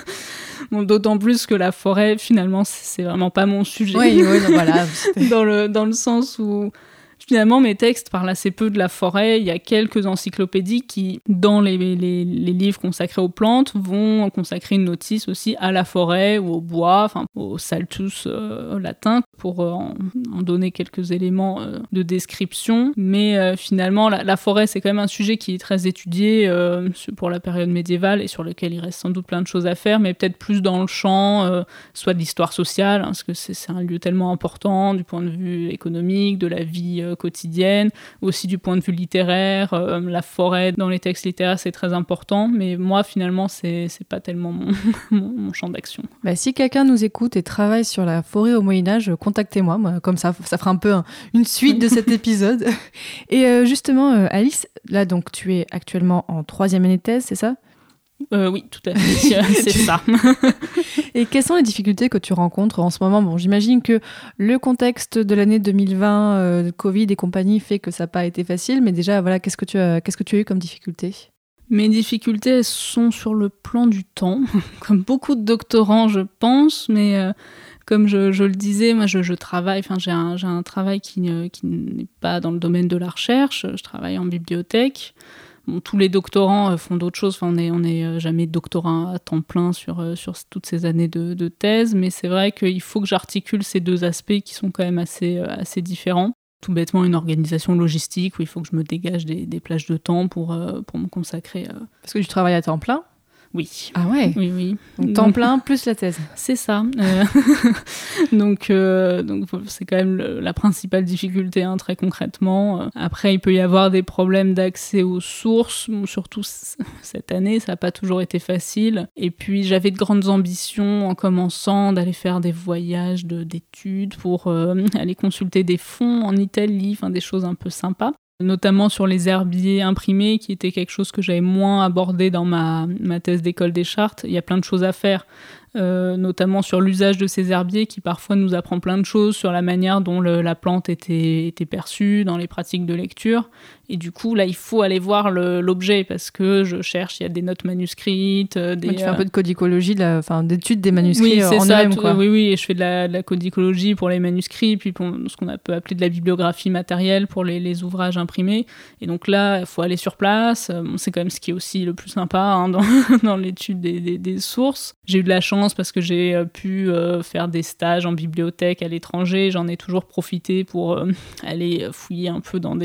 Bon, d'autant plus que la forêt, finalement, c'est vraiment pas mon sujet. Oui, non, voilà. dans le sens où, finalement, mes textes parlent assez peu de la forêt. Il y a quelques encyclopédies qui, dans les livres consacrés aux plantes, vont consacrer une notice aussi à la forêt ou au bois, au saltus latin, pour en donner quelques éléments de description. Mais finalement, la forêt, c'est quand même un sujet qui est très étudié pour la période médiévale et sur lequel il reste sans doute plein de choses à faire, mais peut-être plus dans le champ, soit de l'histoire sociale, parce que c'est un lieu tellement important du point de vue économique, de la vie quotidienne, aussi du point de vue littéraire. La forêt dans les textes littéraires, c'est très important, mais moi, finalement, c'est pas tellement mon champ d'action. Bah, si quelqu'un nous écoute et travaille sur la forêt au Moyen-Âge, contactez-moi. Moi, comme ça fera un peu une suite de cet épisode. Et justement, Alice, là, donc, tu es actuellement en 3e année de thèse, c'est ça ? Oui, tout à fait, c'est ça. Et quelles sont les difficultés que tu rencontres en ce moment ? Bon, j'imagine que le contexte de l'année 2020, Covid et compagnie, fait que ça n'a pas été facile, mais déjà, voilà, qu'est-ce que tu as eu comme difficulté ? Mes difficultés sont sur le plan du temps, comme beaucoup de doctorants, je pense, mais comme je le disais, moi je travaille, j'ai un travail qui n'est pas dans le domaine de la recherche, je travaille en bibliothèque. Bon, tous les doctorants font d'autres choses, on n'est jamais doctorant à temps plein sur toutes ces années de thèse, mais c'est vrai qu'il faut que j'articule ces deux aspects qui sont quand même assez différents. Tout bêtement, une organisation logistique où il faut que je me dégage des plages de temps pour me consacrer. Parce que tu travailles à temps plein ? Oui. Ah ouais ? Oui. Donc temps plein plus la thèse. C'est ça. Donc c'est quand même la principale difficulté, très concrètement. Après, il peut y avoir des problèmes d'accès aux sources. Bon, surtout cette année, ça n'a pas toujours été facile. Et puis, j'avais de grandes ambitions en commençant d'aller faire des voyages d'études pour aller consulter des fonds en Italie, des choses un peu sympas. Notamment sur les herbiers imprimés, qui était quelque chose que j'avais moins abordé dans ma thèse d'école des chartes. Il y a plein de choses à faire. notamment sur l'usage de ces herbiers qui parfois nous apprend plein de choses sur la manière dont la plante était perçue dans les pratiques de lecture. Et du coup, là, il faut aller voir l'objet parce que je cherche, il y a des notes manuscrites. Tu fais un peu de codicologie, d'études des manuscrits en eux-mêmes. Oui, et je fais de la codicologie pour les manuscrits, puis pour ce qu'on peut appeler de la bibliographie matérielle pour les ouvrages imprimés. Et donc là, il faut aller sur place. C'est quand même ce qui est aussi le plus sympa dans l'étude des sources. J'ai eu de la chance parce que j'ai pu faire des stages en bibliothèque à l'étranger. J'en ai toujours profité pour aller fouiller un peu dans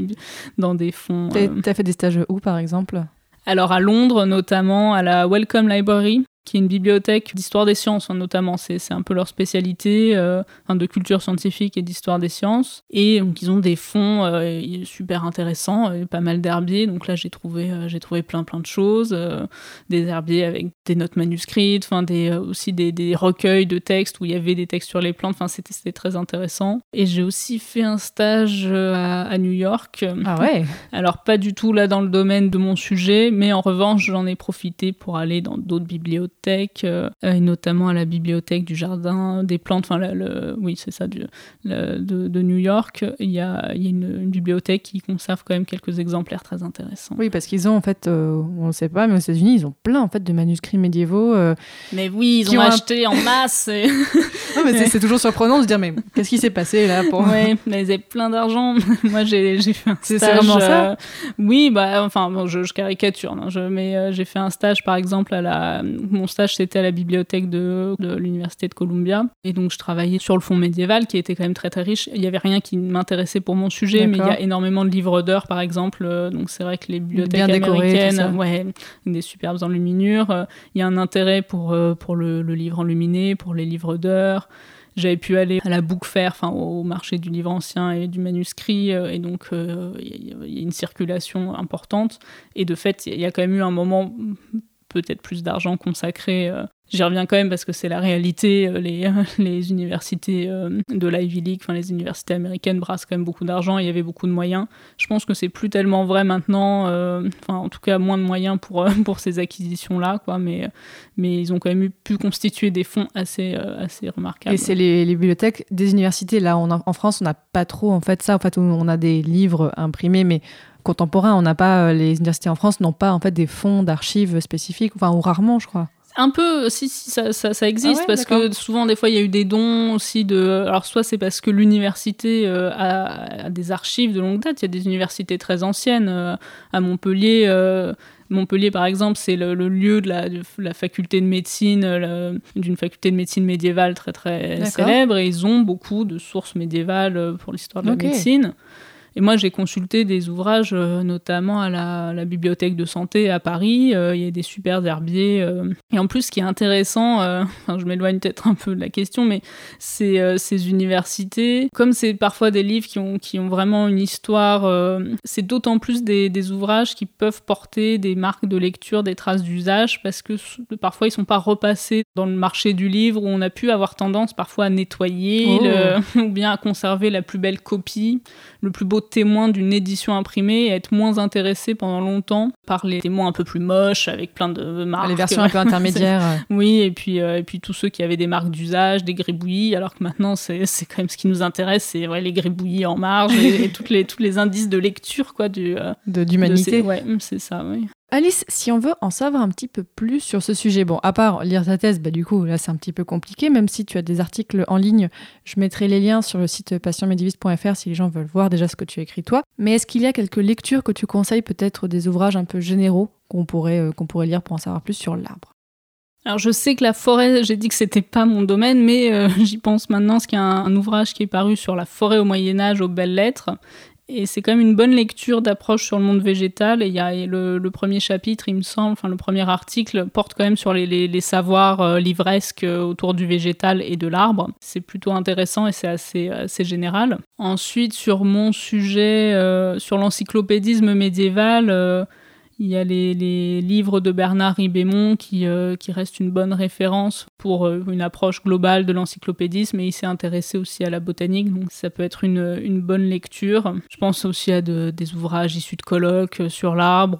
des fonds. T'as fait des stages où, par exemple ? Alors à Londres, notamment à la Wellcome Library, qui est une bibliothèque d'histoire des sciences, notamment. C'est un peu leur spécialité, de culture scientifique et d'histoire des sciences. Et donc, ils ont des fonds super intéressants, pas mal d'herbiers. Donc là, j'ai trouvé plein de choses. Des herbiers avec des notes manuscrites, aussi des recueils de textes où il y avait des textes sur les plantes. C'était très intéressant. Et j'ai aussi fait un stage à New York. Ah ouais. Alors, pas du tout là dans le domaine de mon sujet, mais en revanche, j'en ai profité pour aller dans d'autres bibliothèques, et notamment à la bibliothèque du Jardin des Plantes, oui c'est ça, de New York. Il y a une bibliothèque qui conserve quand même quelques exemplaires très intéressants. Oui, parce qu'ils ont en fait, on ne sait pas, mais aux États-Unis, ils ont plein en fait de manuscrits médiévaux. Mais oui, ils ont acheté en masse. Non, mais c'est toujours surprenant de se dire, mais qu'est-ce qui s'est passé là pour... Oui, mais ils avaient plein d'argent. Moi, j'ai fait un stage. C'est vraiment ça Oui, je caricature, mais j'ai fait un stage, par exemple, mon stage, c'était à la bibliothèque de l'Université de Columbia. Et donc, je travaillais sur le fonds médiéval, qui était quand même très, très riche. Il n'y avait rien qui m'intéressait pour mon sujet, mais il y a énormément de livres d'heures, par exemple. Donc, c'est vrai que les bibliothèques américaines, des superbes enluminures. Il y a un intérêt pour le livre enluminé, pour les livres d'heures. J'avais pu aller à la Book Fair, au marché du livre ancien et du manuscrit, et donc il y a une circulation importante. Et de fait, il y a quand même eu un moment... peut-être plus d'argent consacré. J'y reviens quand même parce que c'est la réalité. Les universités de l'Ivy League, les universités américaines brassent quand même beaucoup d'argent. Il y avait beaucoup de moyens. Je pense que c'est plus tellement vrai maintenant. En tout cas, moins de moyens pour ces acquisitions-là, quoi. Mais ils ont quand même pu constituer des fonds assez remarquables. Et c'est les bibliothèques des universités. Là, en France, on n'a pas trop en fait ça. En fait, on a des livres imprimés, mais contemporains. On n'a pas, les universités en France n'ont pas en fait des fonds d'archives spécifiques, ou rarement, je crois. Un peu, si ça existe, parce que souvent, des fois, il y a eu des dons aussi alors, soit c'est parce que l'université a des archives de longue date, il y a des universités très anciennes. À Montpellier, par exemple, c'est le lieu de la faculté de médecine, d'une faculté de médecine médiévale très, très célèbre, et ils ont beaucoup de sources médiévales pour l'histoire de la médecine. Et moi, j'ai consulté des ouvrages, notamment à la bibliothèque de santé à Paris. Il y a des super herbiers. Et en plus, ce qui est intéressant, je m'éloigne peut-être un peu de la question, mais ces universités, comme c'est parfois des livres qui ont vraiment une histoire, c'est d'autant plus des ouvrages qui peuvent porter des marques de lecture, des traces d'usage, parce que parfois, ils ne sont pas repassés dans le marché du livre, où on a pu avoir tendance parfois à nettoyer ou bien à conserver la plus belle copie, le plus beau témoin d'une édition imprimée, et être moins intéressé pendant longtemps par les témoins un peu plus moches avec plein de marques. Les versions un peu intermédiaires. Oui, et puis tous ceux qui avaient des marques d'usage, des gribouillis, alors que maintenant c'est quand même ce qui nous intéresse, c'est les gribouillis en marge et tous les indices de lecture d'humanité. C'est ça, oui. Alice, si on veut en savoir un petit peu plus sur ce sujet, à part lire ta thèse, du coup, là, c'est un petit peu compliqué, même si tu as des articles en ligne, je mettrai les liens sur le site passionmédiéviste.fr si les gens veulent voir déjà ce que tu as écrit toi. Mais est-ce qu'il y a quelques lectures que tu conseilles, peut-être des ouvrages un peu généraux qu'on pourrait lire pour en savoir plus sur l'arbre ? Alors je sais que la forêt, j'ai dit que c'était pas mon domaine, mais j'y pense maintenant, parce qu'il y a un ouvrage qui est paru sur la forêt au Moyen-Âge aux belles lettres. Et c'est quand même une bonne lecture d'approche sur le monde végétal. Et il y a le premier chapitre, il me semble, le premier article, porte quand même sur les savoirs livresques autour du végétal et de l'arbre. C'est plutôt intéressant et c'est assez général. Ensuite, sur mon sujet, sur l'encyclopédisme médiéval, il y a les livres de Bernard Ribémont qui restent une bonne référence pour une approche globale de l'encyclopédisme et il s'est intéressé aussi à la botanique, donc ça peut être une bonne lecture. Je pense aussi à des ouvrages issus de colloques sur l'arbre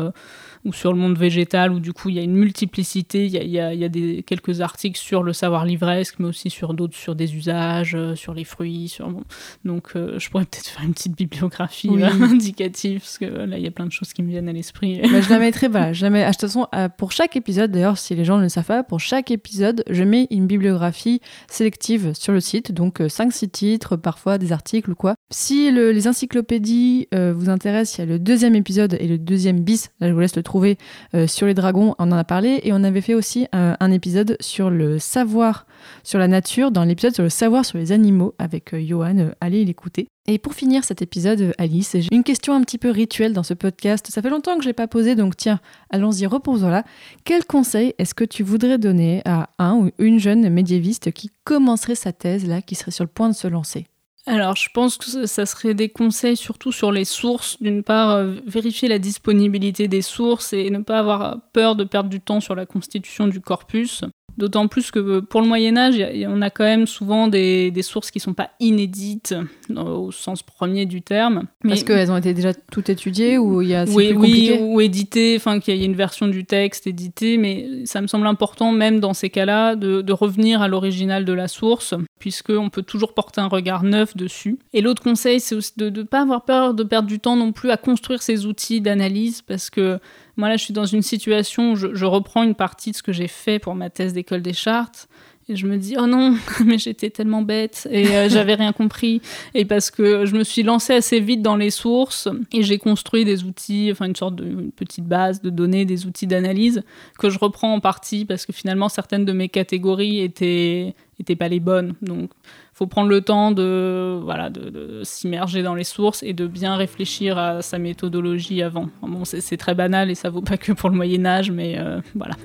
ou sur le monde végétal, où du coup il y a une multiplicité, il y a quelques articles sur le savoir livresque, mais aussi sur d'autres, sur des usages, sur les fruits, donc je pourrais peut-être faire une petite bibliographie indicative, parce que là il y a plein de choses qui me viennent à l'esprit. Je la mettrai, de toute façon, pour chaque épisode, d'ailleurs si les gens ne le savent pas, pour chaque épisode, je mets une bibliographie sélective sur le site, donc 5-6 titres, parfois des articles ou quoi. Si les encyclopédies vous intéressent, il y a le 2e épisode et le 2e bis, là je vous laisse le trouver sur les dragons, on en a parlé, et on avait fait aussi un épisode sur le savoir sur la nature, dans l'épisode sur le savoir sur les animaux avec Johan, allez l'écouter. Et pour finir cet épisode, Alice, j'ai une question un petit peu rituelle dans ce podcast, ça fait longtemps que je ne l'ai pas posée, donc tiens, allons-y, reposons-la. Quel conseil est-ce que tu voudrais donner à un ou une jeune médiéviste qui commencerait sa thèse, là, qui serait sur le point de se lancer ? Alors, je pense que ça serait des conseils surtout sur les sources. D'une part, vérifier la disponibilité des sources et ne pas avoir peur de perdre du temps sur la constitution du corpus. D'autant plus que pour le Moyen-Âge, on a quand même souvent des sources qui ne sont pas inédites au sens premier du terme. Parce qu'elles ont été déjà toutes étudiées ou il y a plus compliqué ? Ou éditées, enfin qu'il y ait une version du texte éditée, mais ça me semble important même dans ces cas-là de revenir à l'original de la source, puisqu'on peut toujours porter un regard neuf dessus. Et l'autre conseil, c'est aussi de ne pas avoir peur de perdre du temps non plus à construire ces outils d'analyse, parce que moi, là, je suis dans une situation où je reprends une partie de ce que j'ai fait pour ma thèse d'école des chartes. Et je me dis, oh non, mais j'étais tellement bête et j'avais rien compris. Et parce que je me suis lancée assez vite dans les sources et j'ai construit des outils, enfin une sorte de petite base de données, des outils d'analyse que je reprends en partie parce que finalement, certaines de mes catégories étaient pas les bonnes. Donc, il faut prendre le temps de s'immerger dans les sources et de bien réfléchir à sa méthodologie avant. Bon, c'est très banal et ça vaut pas que pour le Moyen-Âge, mais voilà.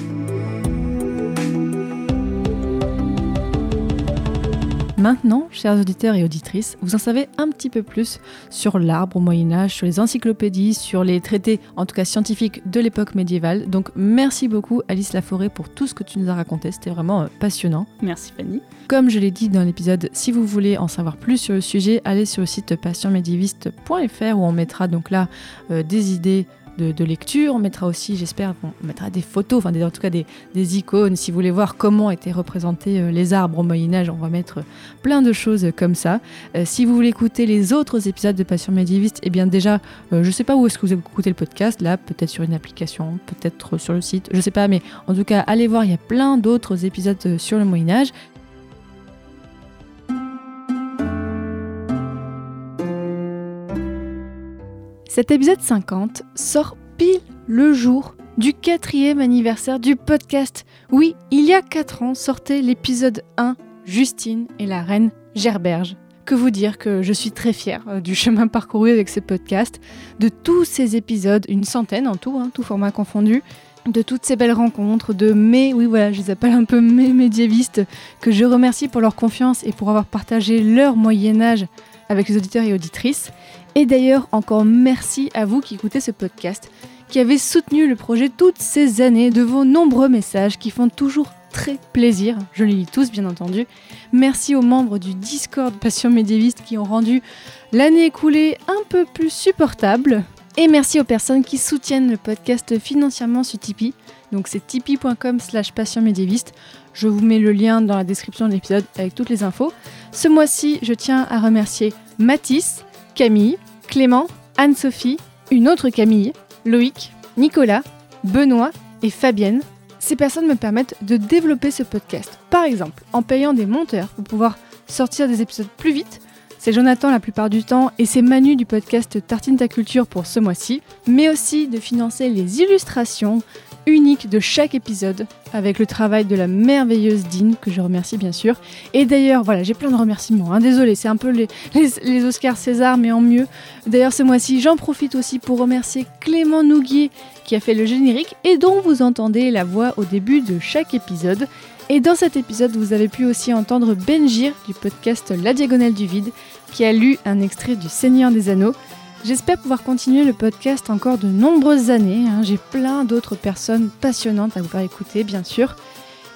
Maintenant, chers auditeurs et auditrices, vous en savez un petit peu plus sur l'arbre au Moyen-Âge, sur les encyclopédies, sur les traités, en tout cas scientifiques, de l'époque médiévale. Donc merci beaucoup Alice Laforêt pour tout ce que tu nous as raconté, c'était vraiment passionnant. Merci Fanny. Comme je l'ai dit dans l'épisode, si vous voulez en savoir plus sur le sujet, allez sur le site passionmédiéviste.fr où on mettra donc là des idées de lecture, on mettra aussi, j'espère, on mettra des photos, enfin en tout cas des icônes, si vous voulez voir comment étaient représentés les arbres au Moyen-Âge, on va mettre plein de choses comme ça. Si vous voulez écouter les autres épisodes de Passion Médiéviste, eh bien déjà, je sais pas où est-ce que vous écoutez le podcast, là, peut-être sur une application, peut-être sur le site, je sais pas, mais en tout cas, allez voir, il y a plein d'autres épisodes sur le Moyen-Âge. Cet épisode 50 sort pile le jour du 4e anniversaire du podcast. Oui, il y a 4 ans sortait l'épisode 1, Justine et la reine Gerberge. Que vous dire que je suis très fière du chemin parcouru avec ce podcast, de tous ces épisodes, une centaine en tout, tout format confondu, de toutes ces belles rencontres, je les appelle un peu mes médiévistes, que je remercie pour leur confiance et pour avoir partagé leur Moyen-Âge avec les auditeurs et auditrices. Et d'ailleurs, encore merci à vous qui écoutez ce podcast, qui avez soutenu le projet toutes ces années de vos nombreux messages qui font toujours très plaisir. Je les lis tous, bien entendu. Merci aux membres du Discord Passion Médiéviste qui ont rendu l'année écoulée un peu plus supportable. Et merci aux personnes qui soutiennent le podcast financièrement sur Tipeee. Donc c'est tipeee.com/passionmédiéviste. Je vous mets le lien dans la description de l'épisode avec toutes les infos. Ce mois-ci, je tiens à remercier Mathis, Camille, Clément, Anne-Sophie, une autre Camille, Loïc, Nicolas, Benoît et Fabienne. Ces personnes me permettent de développer ce podcast. Par exemple, en payant des monteurs pour pouvoir sortir des épisodes plus vite. C'est Jonathan la plupart du temps et c'est Manu du podcast Tartine ta culture pour ce mois-ci. Mais aussi de financer les illustrations uniques de chaque épisode avec le travail de la merveilleuse Dean, que je remercie bien sûr. Et d'ailleurs, voilà, j'ai plein de remerciements, désolé, c'est un peu les Oscars César, mais en mieux. D'ailleurs, ce mois-ci, j'en profite aussi pour remercier Clément Nouguier, qui a fait le générique et dont vous entendez la voix au début de chaque épisode. Et dans cet épisode, vous avez pu aussi entendre Benjir du podcast La Diagonale du Vide, qui a lu un extrait du Seigneur des Anneaux. J'espère pouvoir continuer le podcast encore de nombreuses années. J'ai plein d'autres personnes passionnantes à vous faire écouter, bien sûr.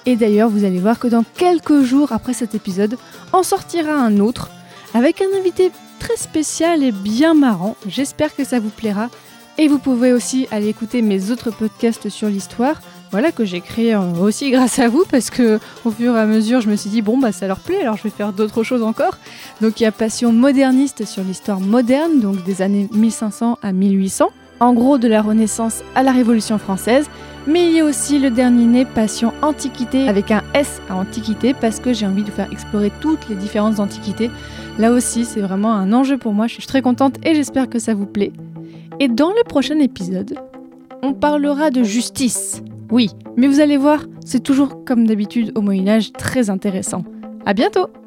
Et d'ailleurs, vous allez voir que dans quelques jours après cet épisode, en sortira un autre, avec un invité très spécial et bien marrant. J'espère que ça vous plaira. Et vous pouvez aussi aller écouter mes autres podcasts sur l'histoire, voilà, que j'ai créé aussi grâce à vous, parce que au fur et à mesure, je me suis dit, ça leur plaît, alors je vais faire d'autres choses encore. Donc il y a Passion moderniste sur l'histoire moderne, donc des années 1500 à 1800, en gros de la Renaissance à la Révolution française. Mais il y a aussi le dernier né, Passion Antiquité, avec un S à Antiquité, parce que j'ai envie de faire explorer toutes les différentes antiquités. Là aussi, c'est vraiment un enjeu pour moi, je suis très contente et j'espère que ça vous plaît. Et dans le prochain épisode, on parlera de justice. Oui, mais vous allez voir, c'est toujours comme d'habitude au Moyen-Âge très intéressant. À bientôt!